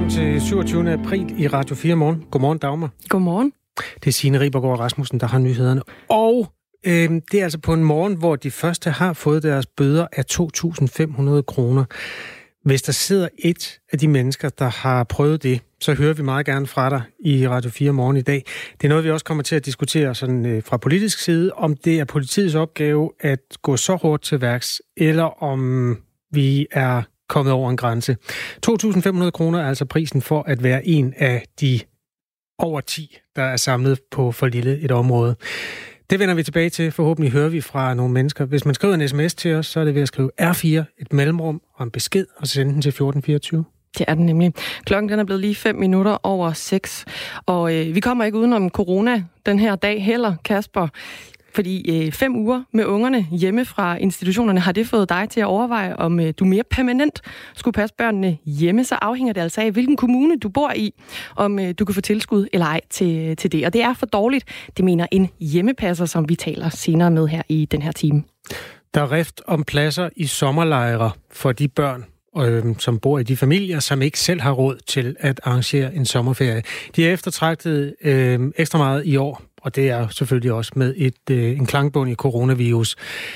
Velkommen til 27. april i Radio 4 morgen. Godmorgen, Dagmar. Godmorgen. Det er Signe Ribergaard Rasmussen, der har nyhederne. Og det er altså på en morgen, hvor de første har fået deres bøder af 2.500 kroner. Hvis der sidder et af de mennesker, der har prøvet det, så hører vi meget gerne fra dig i Radio 4 morgen i dag. Det er noget, vi også kommer til at diskutere sådan, fra politisk side, om det er politiets opgave at gå så hårdt til værks, eller om vi er kommet over en grænse. 2.500 kroner er altså prisen for at være en af de over 10, der er samlet på for lille et område. Det vender vi tilbage til. Forhåbentlig hører vi fra nogle mennesker. Hvis man skriver en sms til os, så er det ved at skrive R4, et mellemrum og en besked, og sende den til 1424. Det er den nemlig. Klokken den er blevet lige 5 minutter over 6. Og vi kommer ikke udenom corona den her dag heller, Kasper. Fordi 5 uger med ungerne hjemme fra institutionerne, har det fået dig til at overveje, om du mere permanent skulle passe børnene hjemme, så afhænger det altså af, hvilken kommune du bor i, om du kan få tilskud eller ej til det. Og det er for dårligt, det mener en hjemmepasser, som vi taler senere med her i den her time. Der er rift om pladser i sommerlejre for de børn, som bor i de familier, som ikke selv har råd til at arrangere en sommerferie. De er eftertragtet ekstra meget i år, og det er selvfølgelig også med en klangbund i coronavirus.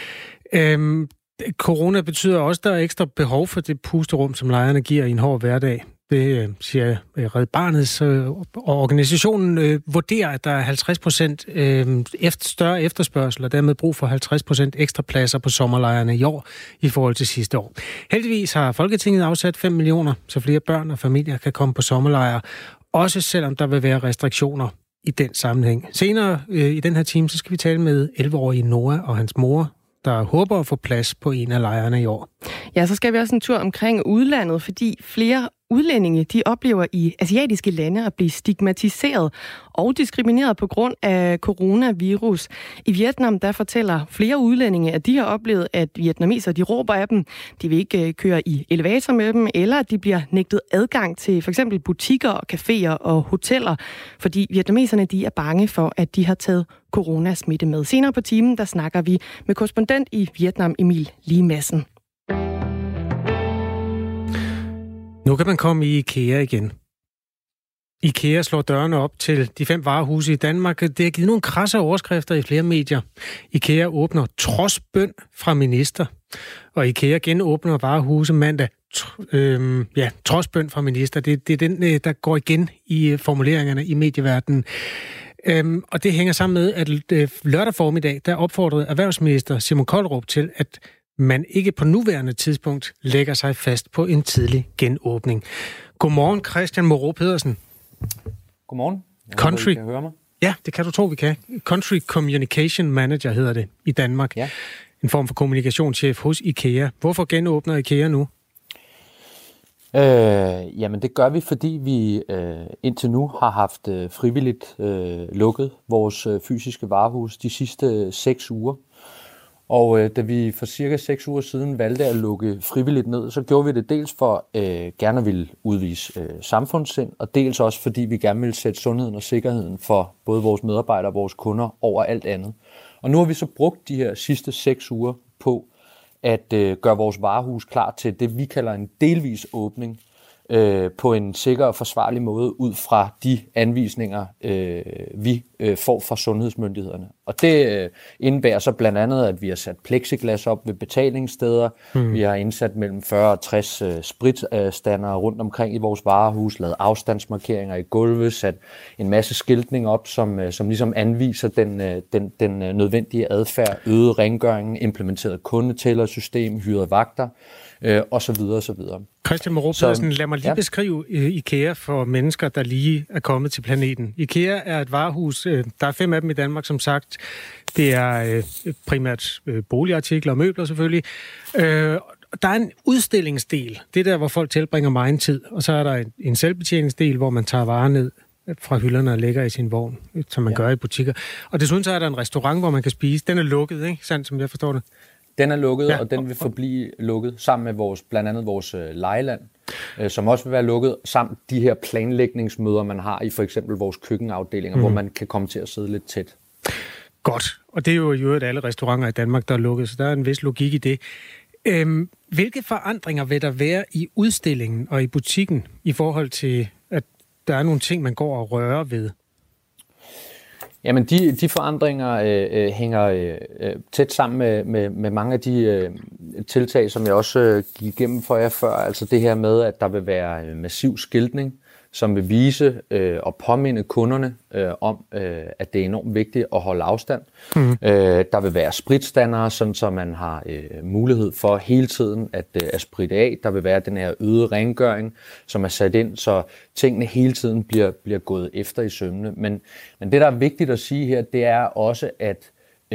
Corona betyder også, at der er ekstra behov for det pusterum, som lejrene giver i en hård hverdag. Det siger Red Barnets, og organisationen vurderer, at der er 50% større efterspørgsel, og dermed brug for 50% ekstra pladser på sommerlejrene i år i forhold til sidste år. Heldigvis har Folketinget afsat 5 millioner, så flere børn og familier kan komme på sommerlejre, også selvom der vil være restriktioner i den sammenhæng. Senere i den her time, så skal vi tale med 11-årige Noah og hans mor, der håber at få plads på en af lejrene i år. Ja, så skal vi også en tur omkring udlandet, fordi flere udlændinge, de oplever i asiatiske lande at blive stigmatiseret og diskrimineret på grund af coronavirus. I Vietnam, der fortæller flere udlændinge, at de har oplevet, at vietnameser, de råber af dem, de vil ikke køre i elevator med dem, eller at de bliver nægtet adgang til for eksempel butikker, caféer og hoteller, fordi vietnameserne, de er bange for, at de har taget coronasmitte med. Senere på timen, der snakker vi med korrespondent i Vietnam, Emil Lie Madsen. Nu kan man komme i IKEA igen. IKEA slår dørene op til de 5 varehuse i Danmark. Det har givet nogle krasse overskrifter i flere medier. IKEA åbner trods bøn fra minister. Og IKEA genåbner varehuse mandag. Trods bøn fra minister. Det er den, der går igen i formuleringerne i medieverdenen. Og det hænger sammen med, at lørdag formiddag, der opfordrede erhvervsminister Simon Kollerup til, at man ikke på nuværende tidspunkt lægger sig fast på en tidlig genåbning. Godmorgen, Christian Moreau Pedersen. Godmorgen. Country. Kan høre mig? Ja, det kan du tro, vi kan. Country Communication Manager hedder det i Danmark. Ja. En form for kommunikationschef hos IKEA. Hvorfor genåbner IKEA nu? Jamen det gør vi, fordi vi indtil nu har haft frivilligt lukket vores fysiske varehus de sidste 6 uger. Og da vi for cirka 6 uger siden valgte at lukke frivilligt ned, så gjorde vi det dels for gerne at ville udvise samfundssind, og dels også fordi vi gerne ville sætte sundheden og sikkerheden for både vores medarbejdere og vores kunder over alt andet. Og nu har vi så brugt de her sidste 6 uger på at gøre vores varehus klar til det, vi kalder en delvis åbning, på en sikker og forsvarlig måde ud fra de anvisninger, vi får fra sundhedsmyndighederne. Og det indebærer så blandt andet, at vi har sat plexiglas op ved betalingssteder. Vi har indsat mellem 40 og 60 spritstandere rundt omkring i vores varehus, lavet afstandsmarkeringer i gulvet, sat en masse skiltning op, som ligesom anviser den nødvendige adfærd, øget rengøringen, implementeret kundetællersystem, hyret vagter, og så videre, og så videre. Christian Moreau Pedersen, lad mig lige beskrive IKEA for mennesker, der lige er kommet til planeten. IKEA er et varehus, der er 5 af dem i Danmark, som sagt. Det er primært boligartikler og møbler selvfølgelig. Der er en udstillingsdel, det er der, hvor folk tilbringer meget tid, og så er der en selvbetjeningsdel, hvor man tager varer ned fra hylderne og lægger i sin vogn, som man gør i butikker. Og desuden så er der en restaurant, hvor man kan spise. Den er lukket, ikke? Sandt, som jeg forstår det. Den er lukket, ja, og den vil forblive lukket sammen med blandt andet vores lejeland, som også vil være lukket, samt de her planlægningsmøder, man har i for eksempel vores køkkenafdelinger, hvor man kan komme til at sidde lidt tæt. Godt, og det er jo alle restauranter i Danmark, der er lukket, så der er en vis logik i det. Hvilke forandringer vil der være i udstillingen og i butikken i forhold til, at der er nogle ting, man går og rører ved? Jamen, de forandringer hænger tæt sammen med mange af de tiltag, som jeg også gik igennem for jer før. Altså det her med, at der vil være massiv skiltning, som vil vise og påminde kunderne om, at det er enormt vigtigt at holde afstand. Der vil være spritstandere, sådan så man har mulighed for hele tiden at spritte af. Der vil være den her øgede rengøring, som er sat ind, så tingene hele tiden bliver gået efter i sømmene. Men det, der er vigtigt at sige her, det er også, at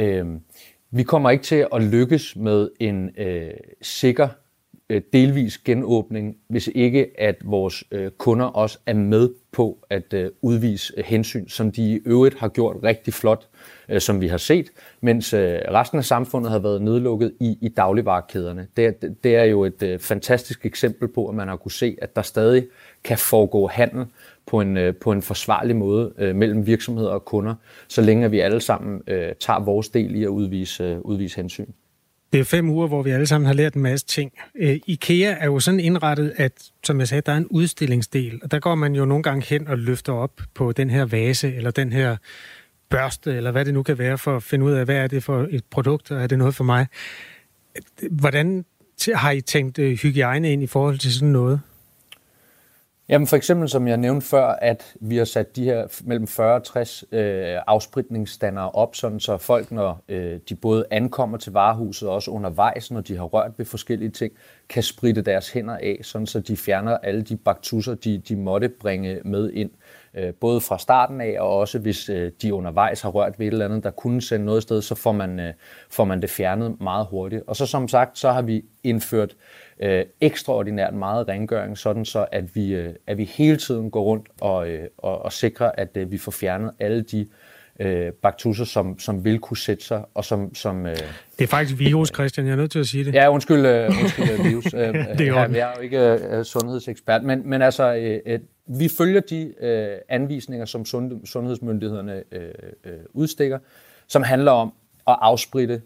vi kommer ikke til at lykkes med en sikker delvis genåbning, hvis ikke at vores kunder også er med på at udvise hensyn, som de i øvrigt har gjort rigtig flot, som vi har set, mens resten af samfundet har været nedlukket i dagligvarekæderne. Det er jo et fantastisk eksempel på, at man har kunne se, at der stadig kan foregå handel på en forsvarlig måde mellem virksomheder og kunder, så længe vi alle sammen tager vores del i at udvise hensyn. Det er 5 uger, hvor vi alle sammen har lært en masse ting. IKEA er jo sådan indrettet, at, som jeg sagde, der er en udstillingsdel, og der går man jo nogle gange hen og løfter op på den her vase, eller den her børste, eller hvad det nu kan være, for at finde ud af, hvad er det for et produkt, og er det noget for mig? Hvordan har I tænkt hygiejne ind i forhold til sådan noget? Jamen for eksempel, som jeg nævnte før, at vi har sat de her mellem 40 og 60 afspritningsstandere op, sådan så folk, når de både ankommer til varehuset og også undervejs, når de har rørt ved forskellige ting, kan spritte deres hænder af, sådan så de fjerner alle de baktusser, de måtte bringe med ind. Både fra starten af, og også hvis de undervejs har rørt ved et eller andet, der kunne sende noget sted, så får man det fjernet meget hurtigt. Og så som sagt, så har vi indført ekstraordinært meget rengøring, sådan så at vi hele tiden går rundt og sikrer, at vi får fjernet alle de baktusser, som vil kunne sætte sig, og som det er faktisk virus, Christian, jeg er nødt til at sige det. Ja, undskyld virus. Jeg er jo ikke sundhedsekspert, men altså, vi følger de anvisninger, som sundhedsmyndighederne udstikker, som handler om at afspritte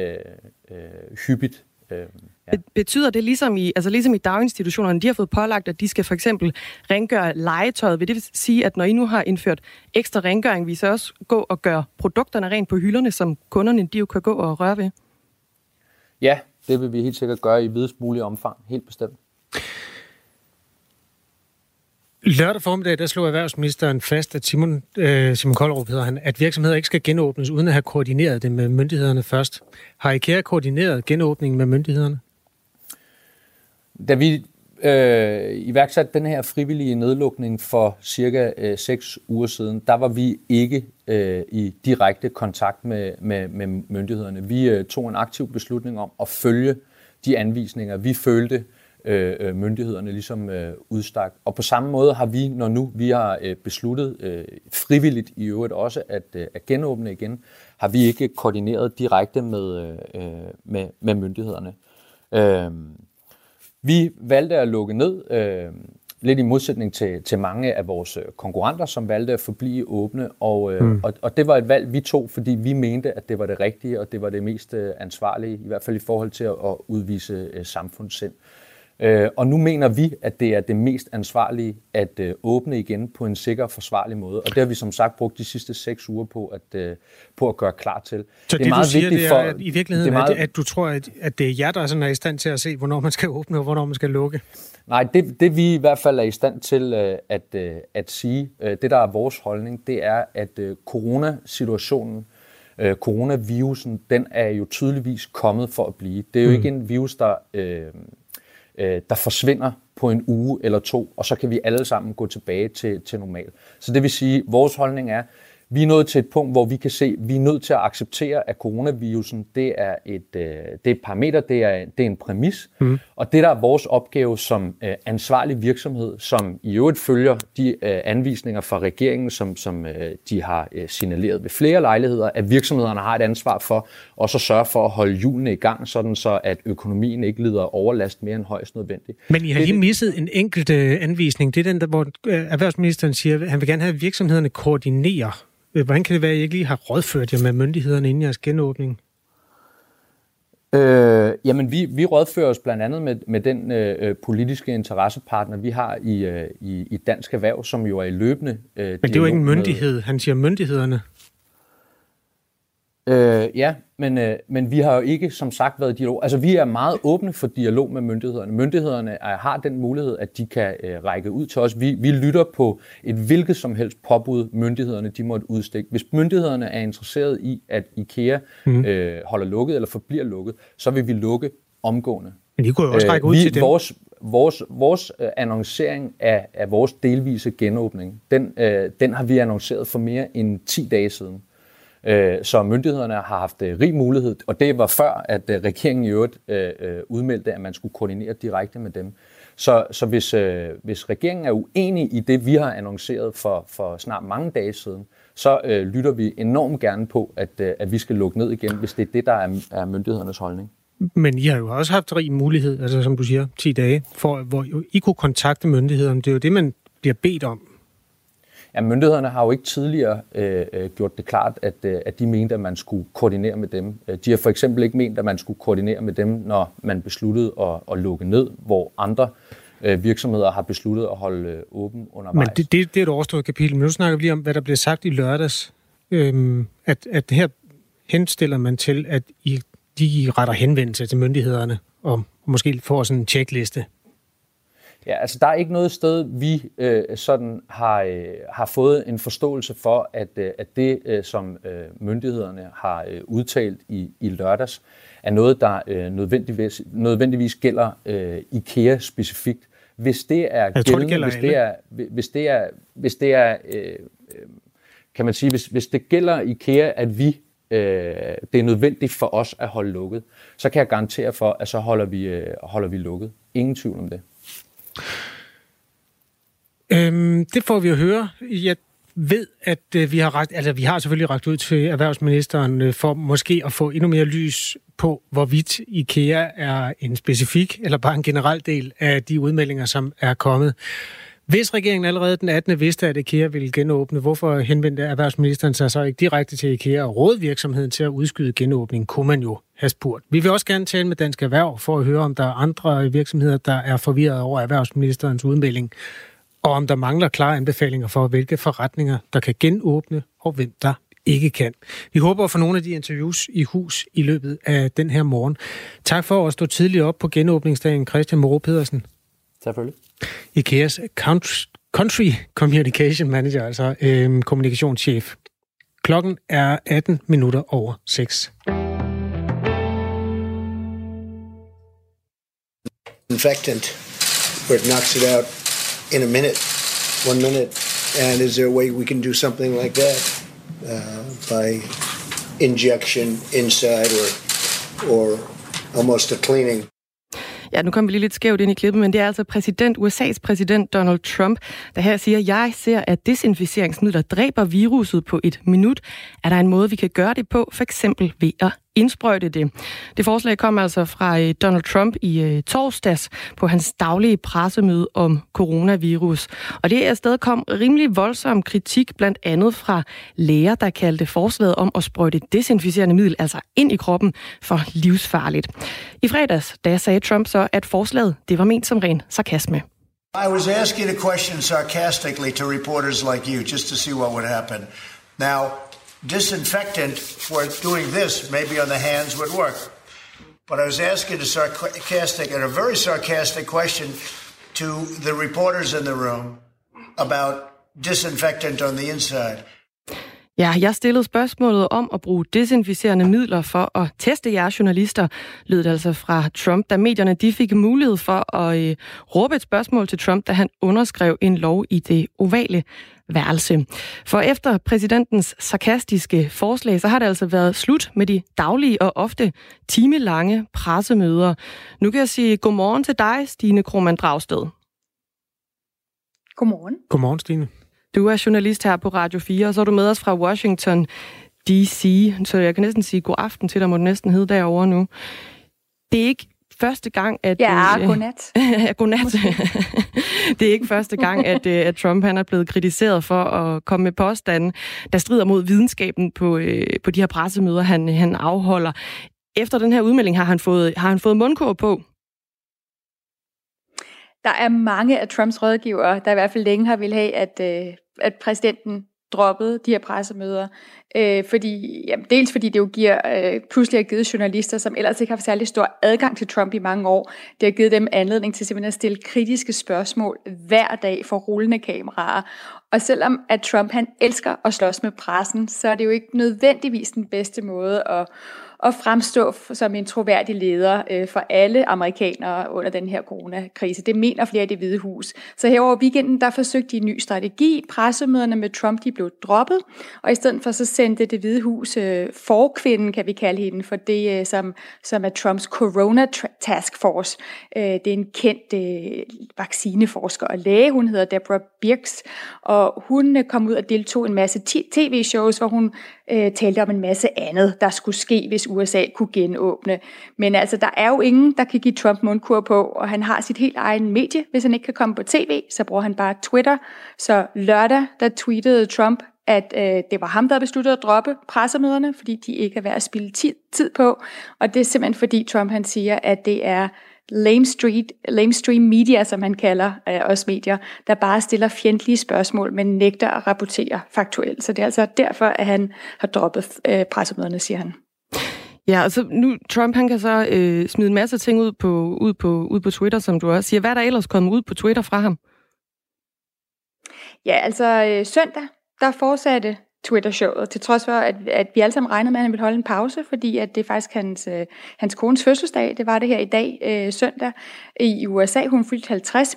hyppigt. Ja. Betyder det ligesom i daginstitutionerne, de har fået pålagt, at de skal for eksempel rengøre legetøjet? Vil det sige, at når I nu har indført ekstra rengøring, vi så også gå og gøre produkterne rent på hylderne, som kunderne de jo kan gå og røre ved? Ja, det vil vi helt sikkert gøre i videst mulig omfang, helt bestemt. Lørdag formiddag, der slog erhvervsministeren fast, at Simon Kollerup hedder han, at virksomheder ikke skal genåbnes, uden at have koordineret det med myndighederne først. Har IKEA koordineret genåbningen med myndighederne? Da vi iværksatte den her frivillige nedlukning for cirka 6 uger siden, der var vi ikke i direkte kontakt med myndighederne. Vi tog en aktiv beslutning om at følge de anvisninger, vi følte myndighederne ligesom udstak. Og på samme måde har vi, når nu vi har besluttet frivilligt i øvrigt også at genåbne igen, har vi ikke koordineret direkte med myndighederne. Vi valgte at lukke ned, lidt i modsætning til mange af vores konkurrenter, som valgte at forblive åbne. Og det var et valg, vi tog, fordi vi mente, at det var det rigtige, og det var det mest ansvarlige, i hvert fald i forhold til at udvise samfundssind. Og nu mener vi, at det er det mest ansvarlige at åbne igen på en sikker og forsvarlig måde. Og det har vi som sagt brugt de sidste 6 uger på at gøre klar til. Så det er meget vigtigt siger, det er, i virkeligheden, at du tror, at det er jer, der sådan er i stand til at se, hvornår man skal åbne og hvornår man skal lukke? Nej, det vi i hvert fald er i stand til at sige, det der er vores holdning, det er, at coronasituationen, coronavirusen, den er jo tydeligvis kommet for at blive. Det er jo ikke en virus, der forsvinder på en uge eller 2, og så kan vi alle sammen gå tilbage til normal. Så det vil sige, at vores holdning er, vi er nået til et punkt, hvor vi kan se, at vi er nødt til at acceptere, at coronavirusen, det er et parameter, det er en præmis. Og det der er vores opgave som ansvarlig virksomhed, som i øvrigt følger de anvisninger fra regeringen, som de har signaleret ved flere lejligheder, at virksomhederne har et ansvar for også at sørge for at holde hjulene i gang, sådan så at økonomien ikke lider overlast mere end højst nødvendigt. Men I har lige misset en enkelt anvisning. Det er den, der, hvor erhvervsministeren siger, at han vil gerne have, at virksomhederne koordinerer. Hvordan kan det være, at I ikke lige har rådført jer med myndighederne inden jeres genåbning? Jamen, vi rådfører os blandt andet med den politiske interessepartner, vi har i Dansk Erhverv, som jo er i løbende Men det er jo ikke en myndighed. Han siger myndighederne. Ja, men vi har jo ikke, som sagt, været i dialog. Altså, vi er meget åbne for dialog med myndighederne. Myndighederne har den mulighed, at de kan række ud til os. Vi lytter på et hvilket som helst påbud, myndighederne de måtte udstikke. Hvis myndighederne er interesseret i, at IKEA holder lukket eller forbliver lukket, så vil vi lukke omgående. Men de kunne jo også række ud til dem. Vores annoncering af vores delvise genåbning, den har vi annonceret for mere end 10 dage siden. Så myndighederne har haft rig mulighed, og det var før, at regeringen i øvrigt udmeldte, at man skulle koordinere direkte med dem. Så hvis regeringen er uenig i det, vi har annonceret for snart mange dage siden, så lytter vi enormt gerne på, at vi skal lukke ned igen, hvis det er det, der er myndighedernes holdning. Men I har jo også haft rig mulighed, altså som du siger, 10 dage, hvor I kunne kontakte myndighederne. Det er jo det, man bliver bedt om. Ja, myndighederne har jo ikke tidligere gjort det klart, at de mente, at man skulle koordinere med dem. De har for eksempel ikke ment, at man skulle koordinere med dem, når man besluttede at lukke ned, hvor andre virksomheder har besluttet at holde åben undervejs. Men det er et overstået kapitel. Men nu snakker vi lige om, hvad der blev sagt i lørdags. At her henstiller man til, at de retter henvendelse til myndighederne og måske får sådan en checkliste. Ja, altså der er ikke noget sted, vi sådan har fået en forståelse for, at det, som myndighederne har udtalt i lørdags, er noget, der nødvendigvis gælder IKEA specifikt. Hvis det er kan man sige, hvis det gælder IKEA, at det er nødvendigt for os at holde lukket, så kan jeg garantere for, at så holder vi lukket. Ingen tvivl om det. Det får vi at høre. Jeg ved, at vi har selvfølgelig rakt ud til erhvervsministeren for måske at få endnu mere lys på, hvorvidt IKEA er en specifik eller bare en generel del af de udmeldinger, som er kommet. Hvis regeringen allerede den 18. vidste, at IKEA ville genåbne, hvorfor henvendte erhvervsministeren sig så ikke direkte til IKEA og råde virksomheden til at udskyde genåbningen, kunne man jo have spurgt. Vi vil også gerne tale med Dansk Erhverv for at høre, om der er andre virksomheder, der er forvirret over erhvervsministerens udmelding, og om der mangler klare anbefalinger for, hvilke forretninger, der kan genåbne, og hvem der ikke kan. Vi håber at få nogle af de interviews i hus i løbet af den her morgen. Tak for at stå tidligt op på genåbningsdagen, Christian Moreau Pedersen. Selvfølgelig. IKEAs Country Communication Manager, altså kommunikationschef. Klokken er 6:18. Infectant, where it knocks it out in a minute, 1 minute. And is there a way we can do something like that by injection inside or almost a cleaning? Ja, nu kommer vi lige lidt skævt ind i klippet, men det er altså USA's præsident Donald Trump, der her siger, jeg ser, at desinficeringsmidler dræber viruset på 1 minut. Er der en måde, vi kan gøre det på, for eksempel ved at indsprøjte det? Det forslag kom altså fra Donald Trump i torsdags på hans daglige pressemøde om coronavirus. Og det afsted kom rimelig voldsom kritik, blandt andet fra læger, der kaldte forslaget om at sprøjte desinficerende middel, altså ind i kroppen, for livsfarligt. I fredags, der sagde Trump så, at forslaget det var ment som ren sarkasme. I was asking a question sarcastically to reporters like you, just to see what would happen. Now, disinfectant for doing this, maybe on the hands, would work. But I was asking a very sarcastic question to the reporters in the room about disinfectant on the inside. Ja, jeg stillede spørgsmålet om at bruge desinficerende midler for at teste jer journalister, lød det altså fra Trump, da medierne de fik mulighed for at råbe et spørgsmål til Trump, da han underskrev en lov i det ovale værelse. For efter præsidentens sarkastiske forslag, så har det altså været slut med de daglige og ofte timelange pressemøder. Nu kan jeg sige godmorgen til dig, Stine Krohmann Dragsted. Godmorgen. Godmorgen, Stine. Du er journalist her på Radio 4, og så er du med os fra Washington D.C., så jeg kan næsten sige god aften til dig, må du næsten hedde derovre nu. Det er ikke første gang, at... Ja, godnat. Godnat. Det er ikke første gang, at Trump han er blevet kritiseret for at komme med påstande, der strider mod videnskaben på de her pressemøder, han afholder. Efter den her udmelding har han fået mundkurv på. Der er mange af Trumps rådgivere, der i hvert fald længe har ville have, at præsidenten droppede de her pressemøder. Dels fordi det jo pludselig har givet journalister, som ellers ikke har haft særlig stor adgang til Trump i mange år, det har givet dem anledning til simpelthen at stille kritiske spørgsmål hver dag for rullende kameraer. Og selvom at Trump han elsker at slås med pressen, så er det jo ikke nødvendigvis den bedste måde at fremstå som en troværdig leder for alle amerikanere under den her coronakrise. Det mener flere i Det Hvide Hus. Så her over weekenden, der forsøgte de en ny strategi. Pressemøderne med Trump, de blev droppet, og i stedet for så sendte Det Hvide Hus forkvinden, kan vi kalde hende, for det, som er Trumps Corona Task Force. Det er en kendt vaccineforsker og læge. Hun hedder Deborah Birx, og hun kom ud og deltog en masse tv-shows, hvor hun talte om en masse andet, der skulle ske, hvis USA kunne genåbne. Men altså, der er jo ingen, der kan give Trump mundkurv på, og han har sit helt egen medie. Hvis han ikke kan komme på tv, så bruger han bare Twitter. Så lørdag, der tweetede Trump, at det var ham, der besluttede at droppe pressemøderne, fordi de ikke er værd at spilde tid på. Og det er simpelthen fordi Trump han siger, at det er lamestream media, som han kalder os medier, der bare stiller fjendtlige spørgsmål, men nægter at rapportere faktuelt. Så det er altså derfor, at han har droppet pressemøderne, siger han. Ja, og så nu, Trump han kan så smide en masse ting ud på Twitter, som du også siger. Hvad er der ellers kommet ud på Twitter fra ham? Ja, altså søndag, der fortsatte Twitter-showet, til trods for, at vi alle sammen regnede med, at han ville holde en pause, fordi at det er faktisk hans kones fødselsdag. Det var det her i dag, søndag, i USA. Hun fyldte 50,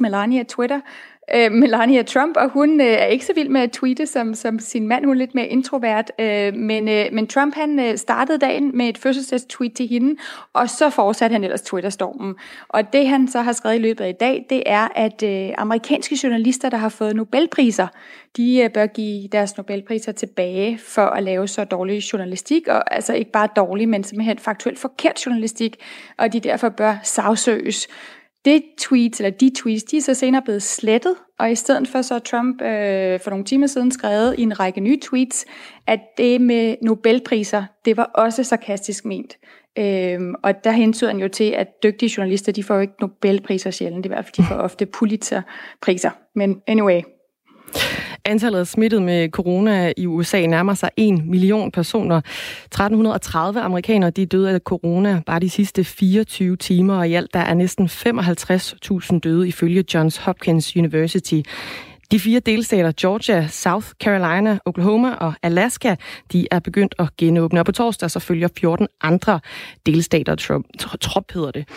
Melania Trump, og hun er ikke så vild med at tweete som sin mand. Hun er lidt mere introvert, men Trump han startede dagen med et fødselsdagstweet til hende, og så fortsatte han ellers Twitter-stormen. Og det han så har skrevet i løbet af i dag, det er, at amerikanske journalister, der har fået Nobelpriser, de bør give deres Nobelpriser tilbage for at lave så dårlig journalistik, og altså ikke bare dårlig, men simpelthen faktuelt forkert journalistik, og de derfor bør sagsøges. De tweets, de er så senere blevet slettet, og i stedet for så har Trump for nogle timer siden skrevet i en række nye tweets, at det med Nobelpriser, det var også sarkastisk ment. Og der hentyder han jo til, at dygtige journalister, de får jo ikke Nobelpriser sjældent, i hvert fald de får ofte Pulitzerpriser. Men anyway. Antallet af smittet med corona i USA nærmer sig 1 million personer. 1330 amerikanere de er døde af corona bare de sidste 24 timer, og i alt der er næsten 55.000 døde ifølge Johns Hopkins University. De 4 delstater, Georgia, South Carolina, Oklahoma og Alaska, de er begyndt at genåbne. Og på torsdag så følger 14 andre delstater Trump hedder det.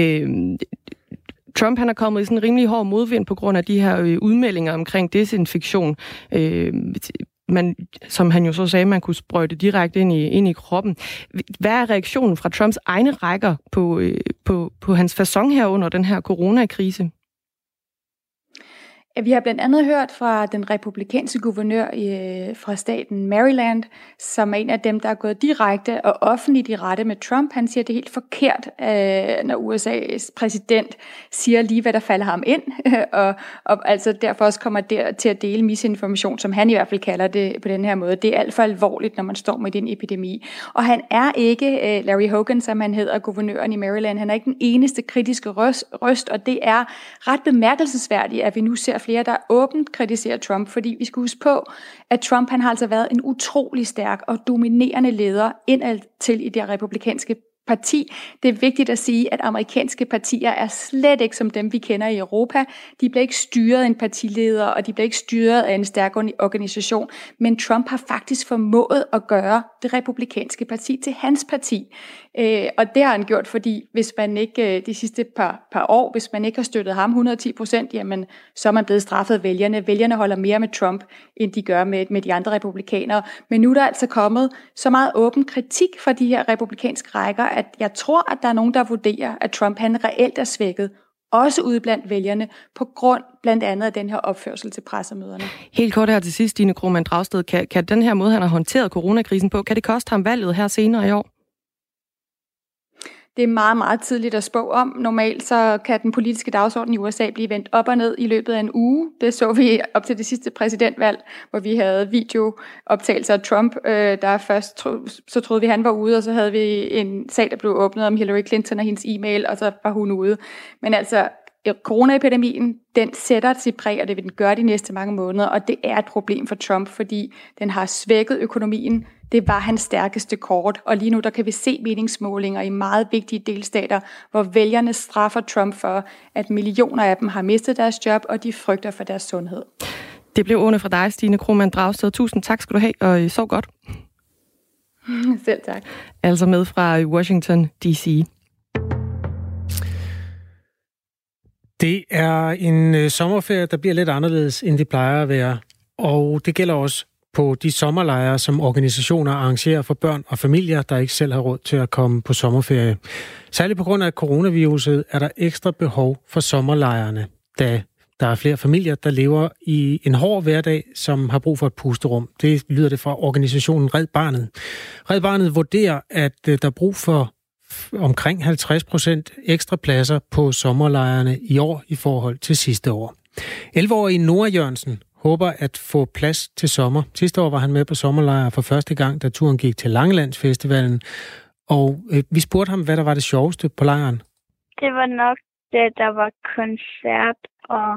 Trump han er kommet i sådan en rimelig hård modvind på grund af de her udmeldinger omkring desinfektion, som han jo så sagde, man kunne sprøjte direkte ind i kroppen. Hvad er reaktionen fra Trumps egne rækker på hans facon her under den her coronakrise? Vi har blandt andet hørt fra den republikanske guvernør fra staten Maryland, som er en af dem, der er gået direkte og offentligt i rette med Trump. Han siger, at det er helt forkert, når USA's præsident siger lige, hvad der falder ham ind, og altså derfor også kommer der til at dele misinformation, som han i hvert fald kalder det på den her måde. Det er alt for alvorligt, når man står med en epidemi. Og han er ikke Larry Hogan, som han hedder, guvernøren i Maryland. Han er ikke den eneste kritiske røst, og det er ret bemærkelsesværdigt, at vi nu ser flere, der åbent kritiserer Trump, fordi vi skal huske på, at Trump han har altså været en utrolig stærk og dominerende leder indad til i det republikanske parti. Det er vigtigt at sige, at amerikanske partier er slet ikke som dem, vi kender i Europa. De bliver ikke styret af en partileder, og de bliver ikke styret af en stærk organisation. Men Trump har faktisk formået at gøre det republikanske parti til hans parti. Og det har han gjort, fordi hvis man ikke de sidste par år, hvis man ikke har støttet ham 110%, jamen så er man blevet straffet af vælgerne. Vælgerne holder mere med Trump, end de gør med de andre republikanere. Men nu er der altså kommet så meget åben kritik fra de her republikanske rækker, at jeg tror, at der er nogen, der vurderer, at Trump han reelt er svækket, også ude blandt vælgerne, på grund blandt andet af den her opførsel til pressemøderne. Helt kort her til sidst, Stine Krohmann Dragsted. Kan den her måde, han har håndteret coronakrisen på, kan det koste ham valget her senere i år? Det er meget, meget tidligt at spå om. Normalt så kan den politiske dagsorden i USA blive vendt op og ned i løbet af en uge. Det så vi op til det sidste præsidentvalg, hvor vi havde videooptagelser af Trump. Der først så troede vi, han var ude, og så havde vi en sag, der blev åbnet om Hillary Clinton og hendes e-mail, og så var hun ude. Men altså, coronaepidemien, den sætter sit præg, og det vil den gøre de næste mange måneder, og det er et problem for Trump, fordi den har svækket økonomien. Det var hans stærkeste kort, og lige nu der kan vi se meningsmålinger i meget vigtige delstater, hvor vælgerne straffer Trump for, at millioner af dem har mistet deres job, og de frygter for deres sundhed. Det blev ordene fra dig, Stine Krohmann Dragsted. Tusind tak skal du have, og sov godt. Selv tak. Altså med fra Washington, D.C. Det er en sommerferie, der bliver lidt anderledes, end det plejer at være. Og det gælder også på de sommerlejre, som organisationer arrangerer for børn og familier, der ikke selv har råd til at komme på sommerferie. Særligt på grund af coronaviruset er der ekstra behov for sommerlejrene, da der er flere familier, der lever i en hård hverdag, som har brug for et pusterum. Det lyder det fra organisationen Red Barnet. Red Barnet vurderer, at der er brug for omkring 50% ekstra pladser på sommerlejrene i år i forhold til sidste år. 11-årige Nora Jørgensen håber at få plads til sommer. Sidste år var han med på sommerlejr for første gang, da turen gik til Langelandsfestivalen. Og vi spurgte ham, hvad der var det sjoveste på lejren. Det var nok det, der var koncert og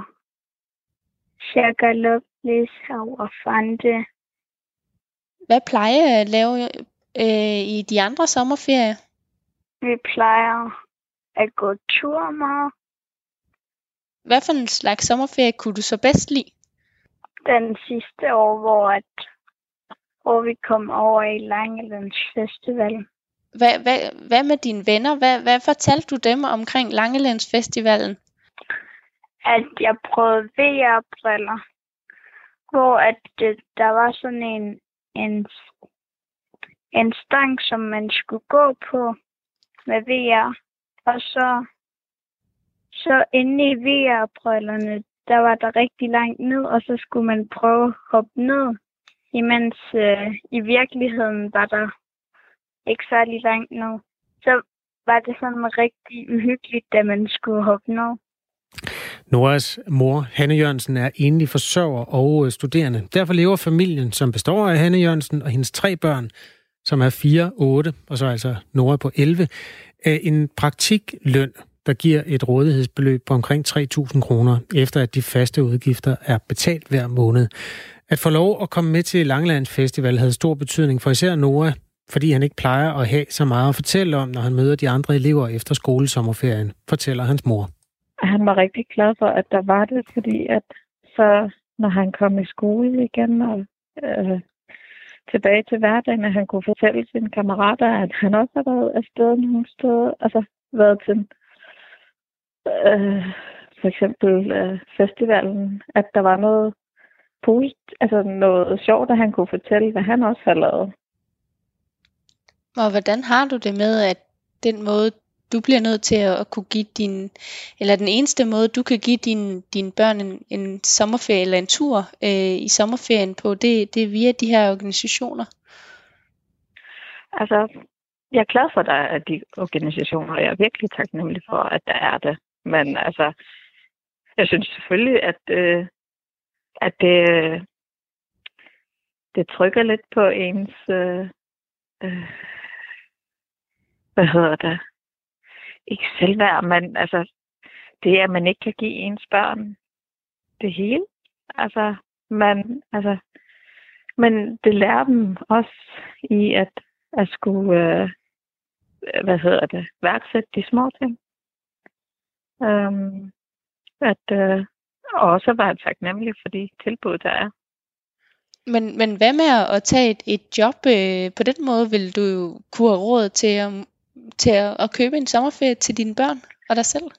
Shakaloplis og Fante. Hvad plejer I at lave i de andre sommerferier? Vi plejer at gå tur meget. Hvad for en slags sommerferie kunne du så bedst lide? Den sidste år, hvor vi kom over i Langelandsfestival. Hvad med dine venner? Hvad fortalte du dem omkring Langelandsfestivalen? At jeg prøvede VR-briller, hvor der var sådan en stang, som man skulle gå på med VR. Og så inde i VR-brillerne, der var der rigtig langt ned, og så skulle man prøve at hoppe ned, imens i virkeligheden var der ikke særlig langt ned. Så var det sådan rigtig uhyggeligt, da man skulle hoppe ned. Noras mor, Hanne Jørgensen, er enlig forsørger og studerende. Derfor lever familien, som består af Hanne Jørgensen og hendes 3 børn, som er 4, 8, og så altså Nora på 11, af en praktikløn, der giver et rådighedsbeløb på omkring 3.000 kroner, efter at de faste udgifter er betalt hver måned. At få lov at komme med til Langelands Festival havde stor betydning for især Nora, fordi han ikke plejer at have så meget at fortælle om, når han møder de andre elever efter skolesommerferien, fortæller hans mor. Han var rigtig glad for, at der var det, fordi at så, når han kom i skole igen og tilbage til hverdagen, at han kunne fortælle sine kammerater, at han også har været afsted nogle steder, altså været til for eksempel festivalen, at der var noget noget sjovt, at han kunne fortælle, hvad han også har lavet. Og hvordan har du det med, at den måde, du bliver nødt til at kunne give eller den eneste måde, du kan give dine børn en sommerferie eller en tur i sommerferien på, det er via de her organisationer? Altså, jeg er glad for, at der er de organisationer, og jeg er virkelig taknemmelig for, at der er det. Men altså, jeg synes selvfølgelig, at det trykker lidt på ens, ikke selvværd, men altså, det at man ikke kan give ens børn det hele. Altså, men det lærer dem også i at skulle, værdsætte de små ting. Og også være taknemmelig for de tilbud, der er. Men hvad med at tage et job på den måde, vil du jo kunne have råd til at købe en sommerferie til dine børn og dig selv?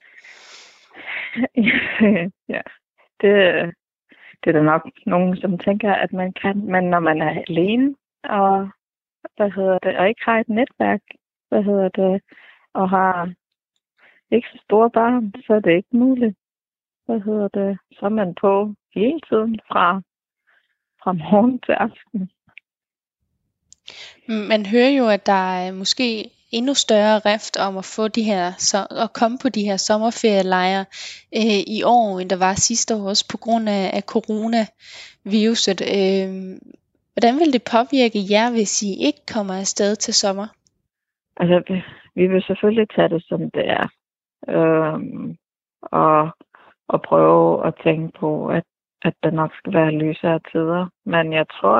Ja, det er der nok nogen, som tænker, at man kan. Men når man er alene og og ikke har et netværk, og har ikke så store børn, så er det ikke muligt. Så er man på hele tiden fra morgen til aften. Man hører jo, at der måske endnu større rift om at få at komme på de her sommerferielejre i år, end der var sidste år, også på grund af coronaviruset. Hvordan vil det påvirke jer, hvis I ikke kommer afsted til sommer? Altså, vi vil selvfølgelig tage det, som det er. Og prøve at tænke på, at der nok skal være lysere tider. Men jeg tror,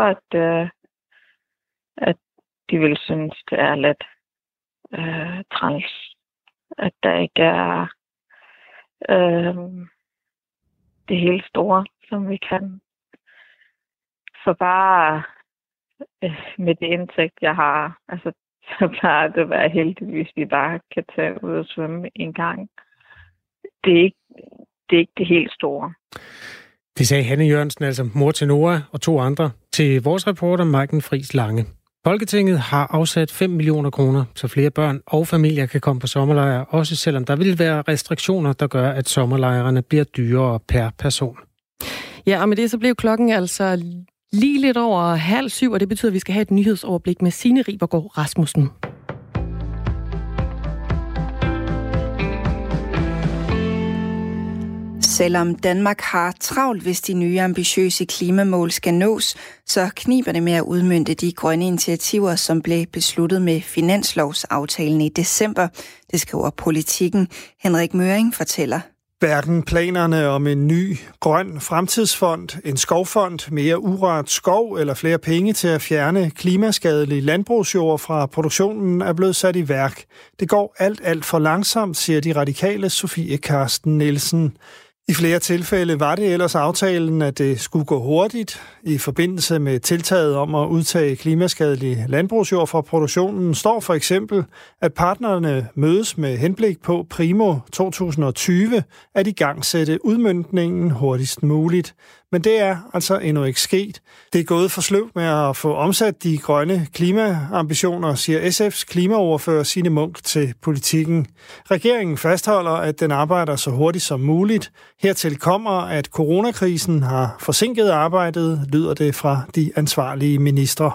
at de vil synes, det er lidt træls. At der ikke er det helt store, som vi kan. For bare med det indtægt, jeg har, altså, så plejer det at være heldigt, hvis vi bare kan tage ud og svømme en gang. Det er ikke det helt store. Det sagde Hanne Jørgensen, altså mor til Nora og 2 andre, til vores reporter Maiken Friis Lange. Folketinget har afsat 5 millioner kroner, så flere børn og familier kan komme på sommerlejre, også selvom der vil være restriktioner, der gør, at sommerlejrene bliver dyrere per person. Ja, og med det så blev klokken altså lige lidt over 6:30, og det betyder, at vi skal have et nyhedsoverblik med Signe Ribergaard Rasmussen. Selvom Danmark har travlt, hvis de nye ambitiøse klimamål skal nås, så kniber det med at udmønte de grønne initiativer, som blev besluttet med finanslovsaftalen i december. Det skriver Politikken. Henrik Møring fortæller. Hverken planerne om en ny grøn fremtidsfond, en skovfond, mere urørt skov eller flere penge til at fjerne klimaskadelig landbrugsjord fra produktionen er blevet sat i værk. Det går alt for langsomt, siger de radikale Sofie Carsten Nielsen. I flere tilfælde var det ellers aftalen, at det skulle gå hurtigt. I forbindelse med tiltaget om at udtage klimaskadelig landbrugsjord fra produktionen står for eksempel, at partnerne mødes med henblik på primo 2020 at igangsætte udmøntningen hurtigst muligt. Men det er altså endnu ikke sket. Det er gået for sløvt med at få omsat de grønne klimaambitioner, siger SF's klimaordfører Signe Munk til Politikken. Regeringen fastholder, at den arbejder så hurtigt som muligt. Hertil kommer, at coronakrisen har forsinket arbejdet, lyder det fra de ansvarlige ministre.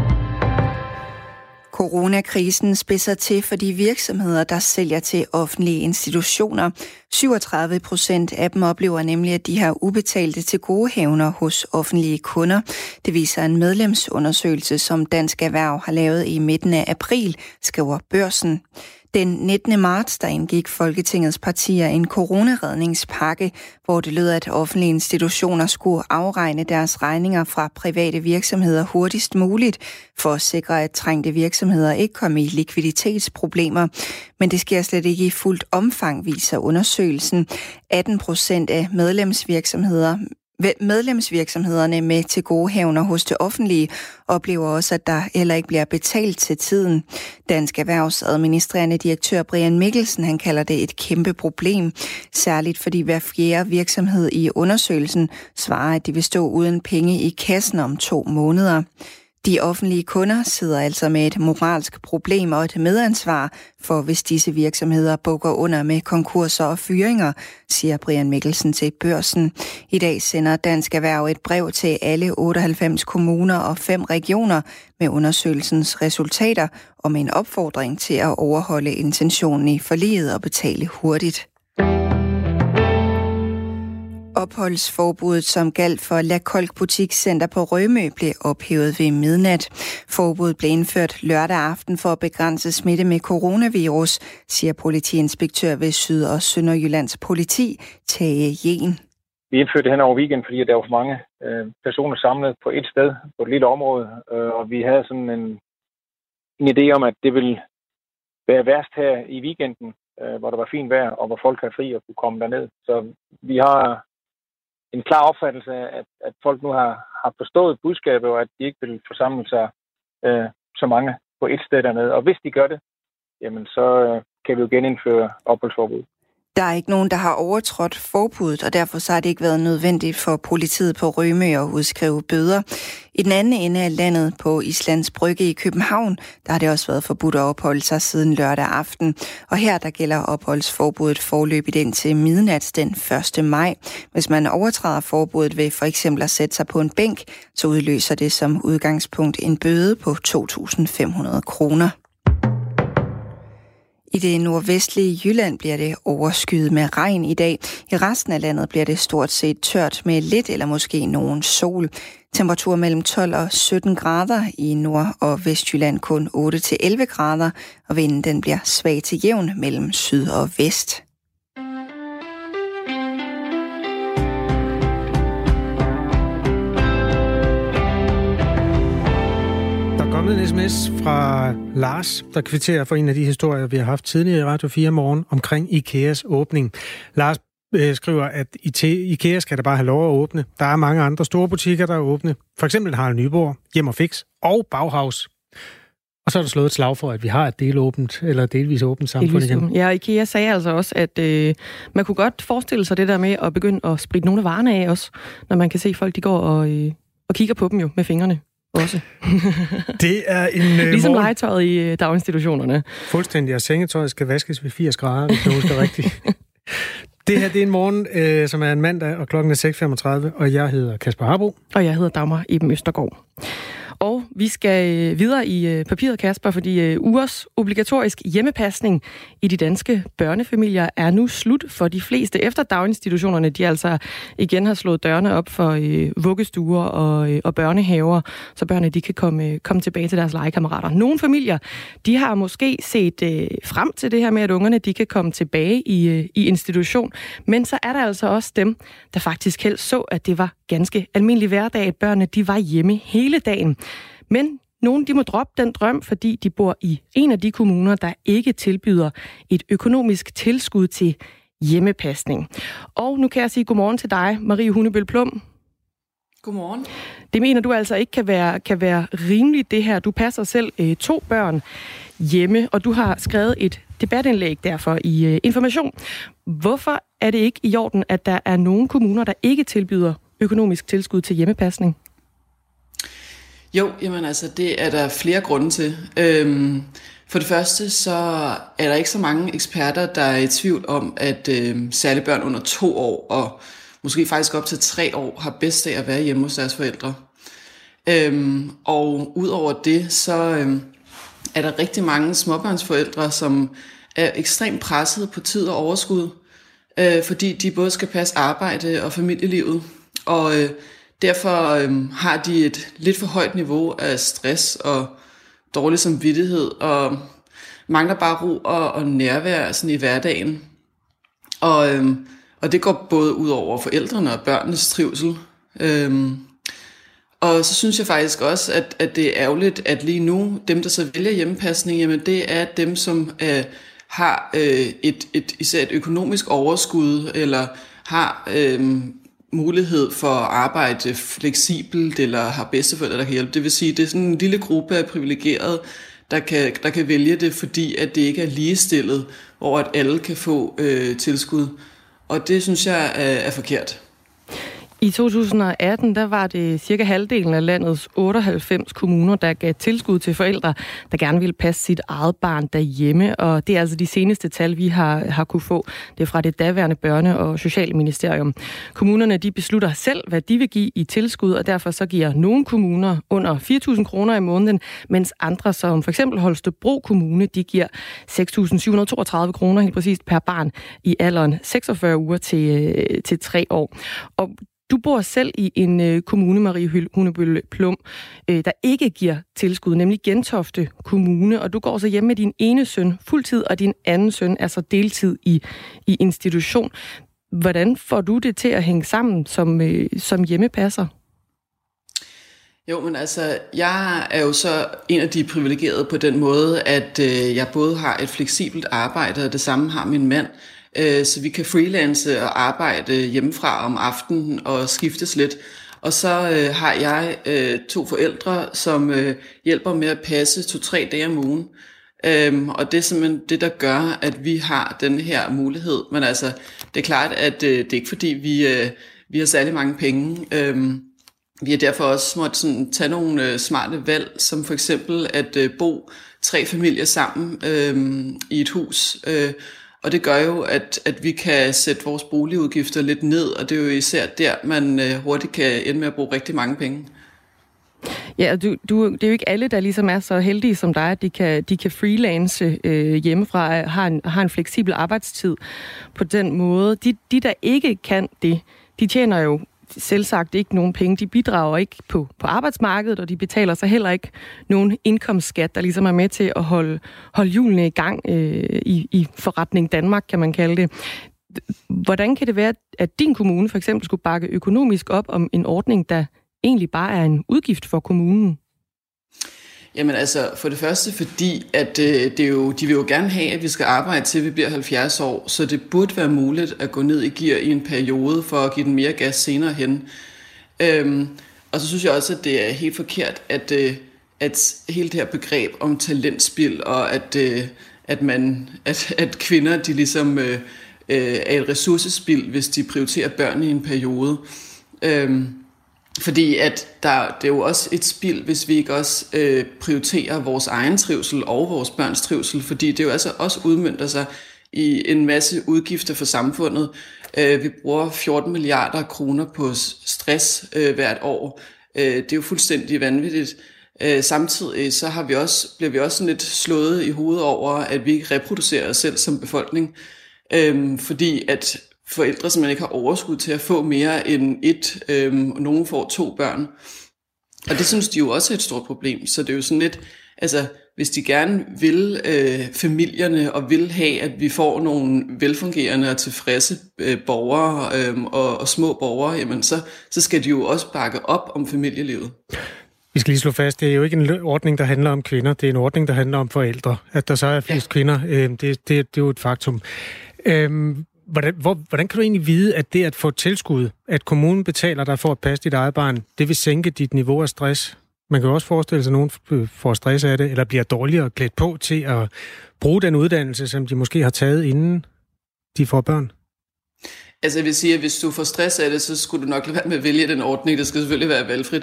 Coronakrisen spidser til for de virksomheder, der sælger til offentlige institutioner. 37% af dem oplever nemlig, at de har ubetalte tilgodehavender hos offentlige kunder. Det viser en medlemsundersøgelse, som Dansk Erhverv har lavet i midten af april, skriver Børsen. Den 19. marts, der indgik Folketingets partier en coronaredningspakke, hvor det lød, at offentlige institutioner skulle afregne deres regninger fra private virksomheder hurtigst muligt, for at sikre, at trængte virksomheder ikke kom i likviditetsproblemer. Men det sker slet ikke i fuldt omfang, viser undersøgelsen. 18% af medlemsvirksomhederne med tilgodehavender hos det offentlige oplever også, at der heller ikke bliver betalt til tiden. Dansk Erhvervs administrerende direktør Brian Mikkelsen, han kalder det et kæmpe problem, særligt fordi hver fjerde virksomhed i undersøgelsen svarer, at de vil stå uden penge i kassen om 2 måneder. De offentlige kunder sidder altså med et moralsk problem og et medansvar for, hvis disse virksomheder bukker under med konkurser og fyringer, siger Brian Mikkelsen til Børsen. I dag sender Dansk Erhverv et brev til alle 98 kommuner og 5 regioner med undersøgelsens resultater om en opfordring til at overholde intentionen i forliget og betale hurtigt. Opholdsforbuddet, som galt for La Colque Butikscenter på Rømø, blev ophævet ved midnat. Forbuddet blev indført lørdag aften for at begrænse smitte med coronavirus, siger politiinspektør ved Syd- og Sønderjyllands politi, Tage Jen. Vi indførte det hen over weekenden, fordi der var for mange personer samlet på et sted, på et lille område, og vi havde sådan en idé om, at det ville være værst her i weekenden, hvor der var fint vejr, og hvor folk havde fri og kunne komme derned. Så vi har en klar opfattelse af, at folk nu har forstået budskabet, og at de ikke vil forsamle sig så mange på et sted dernede. Og hvis de gør det, jamen så kan vi jo genindføre opholdsforbud. Der er ikke nogen, der har overtrådt forbuddet, og derfor så har det ikke været nødvendigt for politiet på Rømø at udskrive bøder. I den anden ende af landet på Islands Brygge i København, der har det også været forbudt at opholde sig siden lørdag aften. Og her der gælder opholdsforbuddet forløbigt indtil midnat den 1. maj. Hvis man overtræder forbuddet ved for eksempel at sætte sig på en bænk, så udløser det som udgangspunkt en bøde på 2.500 kroner. I det nordvestlige Jylland bliver det overskyet med regn i dag. I resten af landet bliver det stort set tørt med lidt eller måske nogen sol. Temperatur mellem 12 og 17 grader, i Nord- og Vestjylland kun 8 til 11 grader, og vinden den bliver svag til jævn mellem syd og vest. En sms fra Lars, der kvitterer for en af de historier, vi har haft tidligere i Radio 4 morgen omkring IKEAs åbning. Lars skriver, at IKEA skal da bare have lov at åbne. Der er mange andre store butikker, der er åbne. For eksempel Harald Nyborg, Hjem og Fix og Bauhaus. Og så er der slået et slag for, at vi har et delåbent eller delvis åbent samfund igen. Ja, IKEA sagde altså også, at man kunne godt forestille sig det der med at begynde at spritte nogle af varerne af også, når man kan se folk, de går og kigger på dem jo med fingrene. Også. Det er en ligesom legetøjet i daginstitutionerne. Fuldstændig, og sengetøjet skal vaskes ved 80 grader, hvis du husker rigtigt. Det her, det er en morgen, som er en mandag, og klokken er 6.35, og jeg hedder Kasper Harbo. Og jeg hedder Dagmar Eben Østergaard. Og vi skal videre i papiret, Kasper, fordi ugers obligatorisk hjemmepasning i de danske børnefamilier er nu slut for de fleste, efter daginstitutionerne de altså igen har slået dørene op for vuggestuer og børnehaver, så børnene de kan komme tilbage til deres legekammerater. Nogle familier, de har måske set frem til det her med, at ungerne de kan komme tilbage i institution, men så er der altså også dem, der faktisk helst så, at det var ganske almindelig hverdag, at børnene de var hjemme hele dagen. Men nogle de må droppe den drøm, fordi de bor i en af de kommuner, der ikke tilbyder et økonomisk tilskud til hjemmepasning. Og nu kan jeg sige godmorgen til dig, Marie Hunebøl Plum. Godmorgen. Det mener du altså ikke kan være rimeligt, det her. Du passer selv 2 børn hjemme, og du har skrevet et debatindlæg derfor i Information. Hvorfor er det ikke i orden, at der er nogle kommuner, der ikke tilbyder økonomisk tilskud til hjemmepasning? Jo, jamen altså, det er der flere grunde til. For det første, så er der ikke så mange eksperter, der er i tvivl om, at særligt børn under 2 år, og måske faktisk op til 3 år, har bedst af at være hjemme hos deres forældre. Og udover det, så er der rigtig mange småbørnsforældre, som er ekstremt presset på tid og overskud, fordi de både skal passe arbejde og familielivet, og derfor har de et lidt for højt niveau af stress og dårlig samvittighed, og mangler bare ro og nærvær sådan i hverdagen. Og det går både ud over forældrene og børnenes trivsel. Og så synes jeg faktisk også, at det er ærgerligt, at lige nu, dem der så vælger hjemmepasning, jamen det er dem, som har især et økonomisk overskud, eller har mulighed for at arbejde fleksibelt, eller har bedsteforældre, der kan hjælpe. Det vil sige, det er sådan en lille gruppe af privilegerede, der kan vælge det, fordi at det ikke er ligestillet, hvor at alle kan få tilskud. Og det synes jeg er forkert. I 2018, der var det cirka halvdelen af landets 98 kommuner, der gav tilskud til forældre, der gerne ville passe sit eget barn derhjemme. Og det er altså de seneste tal, vi har kunne få. Det er fra det daværende børne- og socialministerium. Kommunerne de beslutter selv, hvad de vil give i tilskud, og derfor så giver nogle kommuner under 4.000 kroner i måneden, mens andre, som for eksempel Holstebro Kommune, de giver 6.732 kroner helt præcist per barn i alderen 46 uger til 3 år. Og du bor selv i en kommune, Marie Hunebøl Plum, der ikke giver tilskud, nemlig Gentofte Kommune, og du går så hjemme med din ene søn fuldtid, og din anden søn er så deltid i institution. Hvordan får du det til at hænge sammen som hjemmepasser? Jo, men altså, jeg er jo så en af de privilegerede på den måde, at jeg både har et fleksibelt arbejde, og det samme har min mand, så vi kan freelance og arbejde hjemmefra om aftenen og skiftes lidt. Og så har jeg 2 forældre, som hjælper med at passe 2-3 dage om ugen. Og det er simpelthen det, der gør, at vi har den her mulighed. Men altså, det er klart, at det er ikke fordi, vi har særlig mange penge. Vi har derfor også måttet sådan tage nogle smarte valg, som for eksempel at bo 3 familier sammen i et hus. Og det gør jo, at vi kan sætte vores boligudgifter lidt ned, og det er jo især der, man hurtigt kan ende med at bruge rigtig mange penge. Ja, det er jo ikke alle, der ligesom er så heldige som dig, at de kan freelance hjemmefra, har en fleksibel arbejdstid på den måde. De, der ikke kan det, de tjener jo selvsagt ikke nogen penge. De bidrager ikke på arbejdsmarkedet, og de betaler så heller ikke nogen indkomstskat, der ligesom er med til at holde hjulene i gang i forretning Danmark, kan man kalde det. Hvordan kan det være, at din kommune for eksempel skulle bakke økonomisk op om en ordning, der egentlig bare er en udgift for kommunen? Jamen altså, for det første fordi, at de vil jo gerne have, at vi skal arbejde til, vi bliver 70 år, så det burde være muligt at gå ned i gear i en periode for at give den mere gas senere hen. Og så synes jeg også, at det er helt forkert, at hele det her begreb om talentspil, og at kvinder, de ligesom er et ressourcespil, hvis de prioriterer børn i en periode. Fordi at det er jo også et spild, hvis vi ikke også prioriterer vores egen trivsel og vores børns trivsel, fordi det jo altså også udmønter sig i en masse udgifter for samfundet. Vi bruger 14 milliarder kroner på stress hvert år. Det er jo fuldstændig vanvittigt. Samtidig så bliver vi også sådan lidt slået i hovedet over, at vi ikke reproducerer os selv som befolkning, fordi at forældre simpelthen ikke har overskud til at få mere end og nogen får 2 børn. Og det synes de jo også er et stort problem. Så det er jo sådan lidt, altså hvis de gerne vil familierne og vil have, at vi får nogle velfungerende og tilfredse borgere og små borgere, jamen så skal de jo også bakke op om familielivet. Vi skal lige slå fast, det er jo ikke en ordning, der handler om kvinder. Det er en ordning, der handler om forældre. At der så er flest kvinder, det er jo et faktum. Hvordan kan du egentlig vide, at det at få tilskud, at kommunen betaler dig for at passe dit eget barn, det vil sænke dit niveau af stress? Man kan jo også forestille sig, at nogen får stress af det, eller bliver dårligere klædt på til at bruge den uddannelse, som de måske har taget, inden de får børn. Altså jeg vil sige, at hvis du får stress af det, så skulle du nok lade være med at vælge den ordning. Det skal selvfølgelig være valgfrit.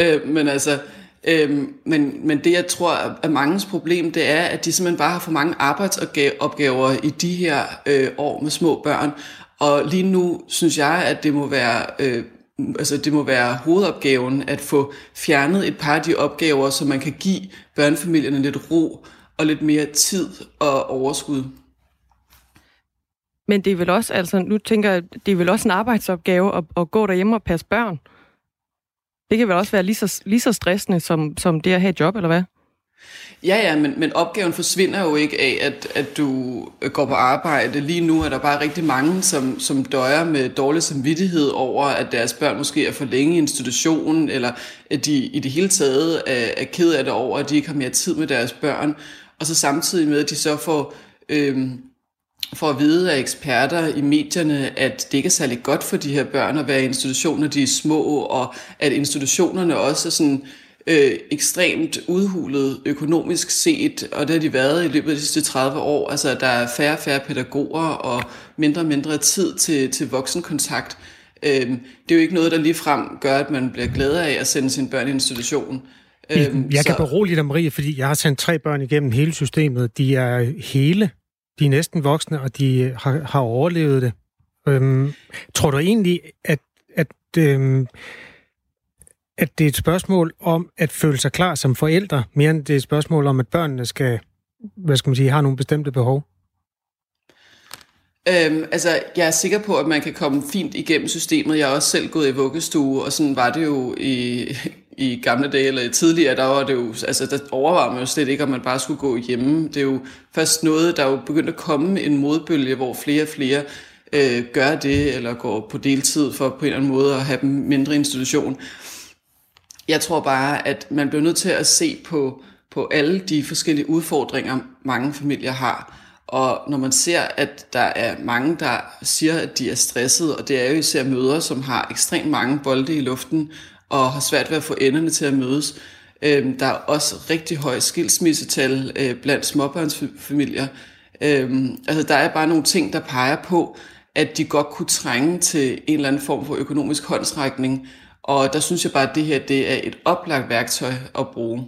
Men det, jeg tror er mangens problem, det er, at de simpelthen bare har for mange arbejdsopgaver i de her år med små børn. Og lige nu synes jeg, at det må være hovedopgaven at få fjernet et par af de opgaver, så man kan give børnefamilierne lidt ro og lidt mere tid og overskud. Men det er vel også, altså nu tænker jeg, det er vel også en arbejdsopgave at gå derhjemme og passe børn? Det kan vel også være lige så stressende som det at have et job, eller hvad? Ja, men opgaven forsvinder jo ikke af, at du går på arbejde. Lige nu er der bare rigtig mange, som døjer med dårlig samvittighed over, at deres børn måske er for længe i institutionen, eller at de i det hele taget er ked af det over, at de ikke har mere tid med deres børn. Og så samtidig med, at de så får at vide af eksperter i medierne, at det ikke er særlig godt for de her børn at være i institutioner, de er små, og at institutionerne også er sådan ekstremt udhulet økonomisk set, og det har de været i løbet af de sidste 30 år. Altså, der er færre pædagoger og mindre tid til voksenkontakt. Det er jo ikke noget, der ligefrem gør, at man bliver glad af at sende sine børn i institution. Jeg kan berolige dig, Marie, fordi jeg har sendt 3 børn igennem hele systemet. De er hele. De er næsten voksne, og de har overlevet det. Tror du egentlig, at det er et spørgsmål om at føle sig klar som forældre, mere end det er et spørgsmål om, at børnene har nogle bestemte behov? Jeg er sikker på, at man kan komme fint igennem systemet. Jeg har også selv gået i vuggestue, og sådan var det jo i gamle dage, eller tidligere, der var det jo, altså der overvejede man jo slet ikke, om man bare skulle gå hjemme. Det er jo først noget, der er jo begyndt at komme en modbølge, hvor flere og flere gør det, eller går på deltid for på en eller anden måde at have dem mindre institution. Jeg tror bare, at man bliver nødt til at se på alle de forskellige udfordringer, mange familier har. Og når man ser, at der er mange, der siger, at de er stressede, og det er jo især mødre, som har ekstremt mange bolde i luften, og har svært ved at få enderne til at mødes. Der er også rigtig høj skilsmissetal blandt småbørnsfamilier. Der er bare nogle ting, der peger på, at de godt kunne trænge til en eller anden form for økonomisk håndsrækning. Og der synes jeg bare, at det her det er et oplagt værktøj at bruge.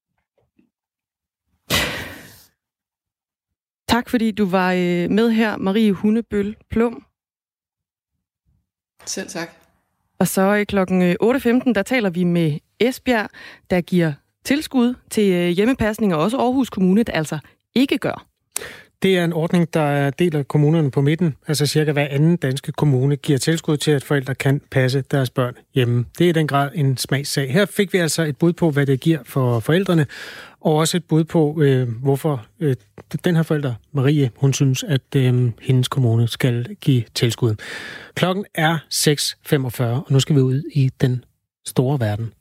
Tak fordi du var med her, Marie Hundebøl Plum. Selv tak. Og så klokken 8.15, der taler vi med Esbjerg, der giver tilskud til hjemmepasning, og også Aarhus Kommune, der altså ikke gør. Det er en ordning, der deler kommunerne på midten. Altså cirka hver anden danske kommune giver tilskud til, at forældre kan passe deres børn hjemme. Det er i den grad en smagssag. Her fik vi altså et bud på, hvad det giver for forældrene, og også et bud på, hvorfor den her forælder, Marie, hun synes, at hendes kommune skal give tilskud. Klokken er 6:45, og nu skal vi ud i den store verden.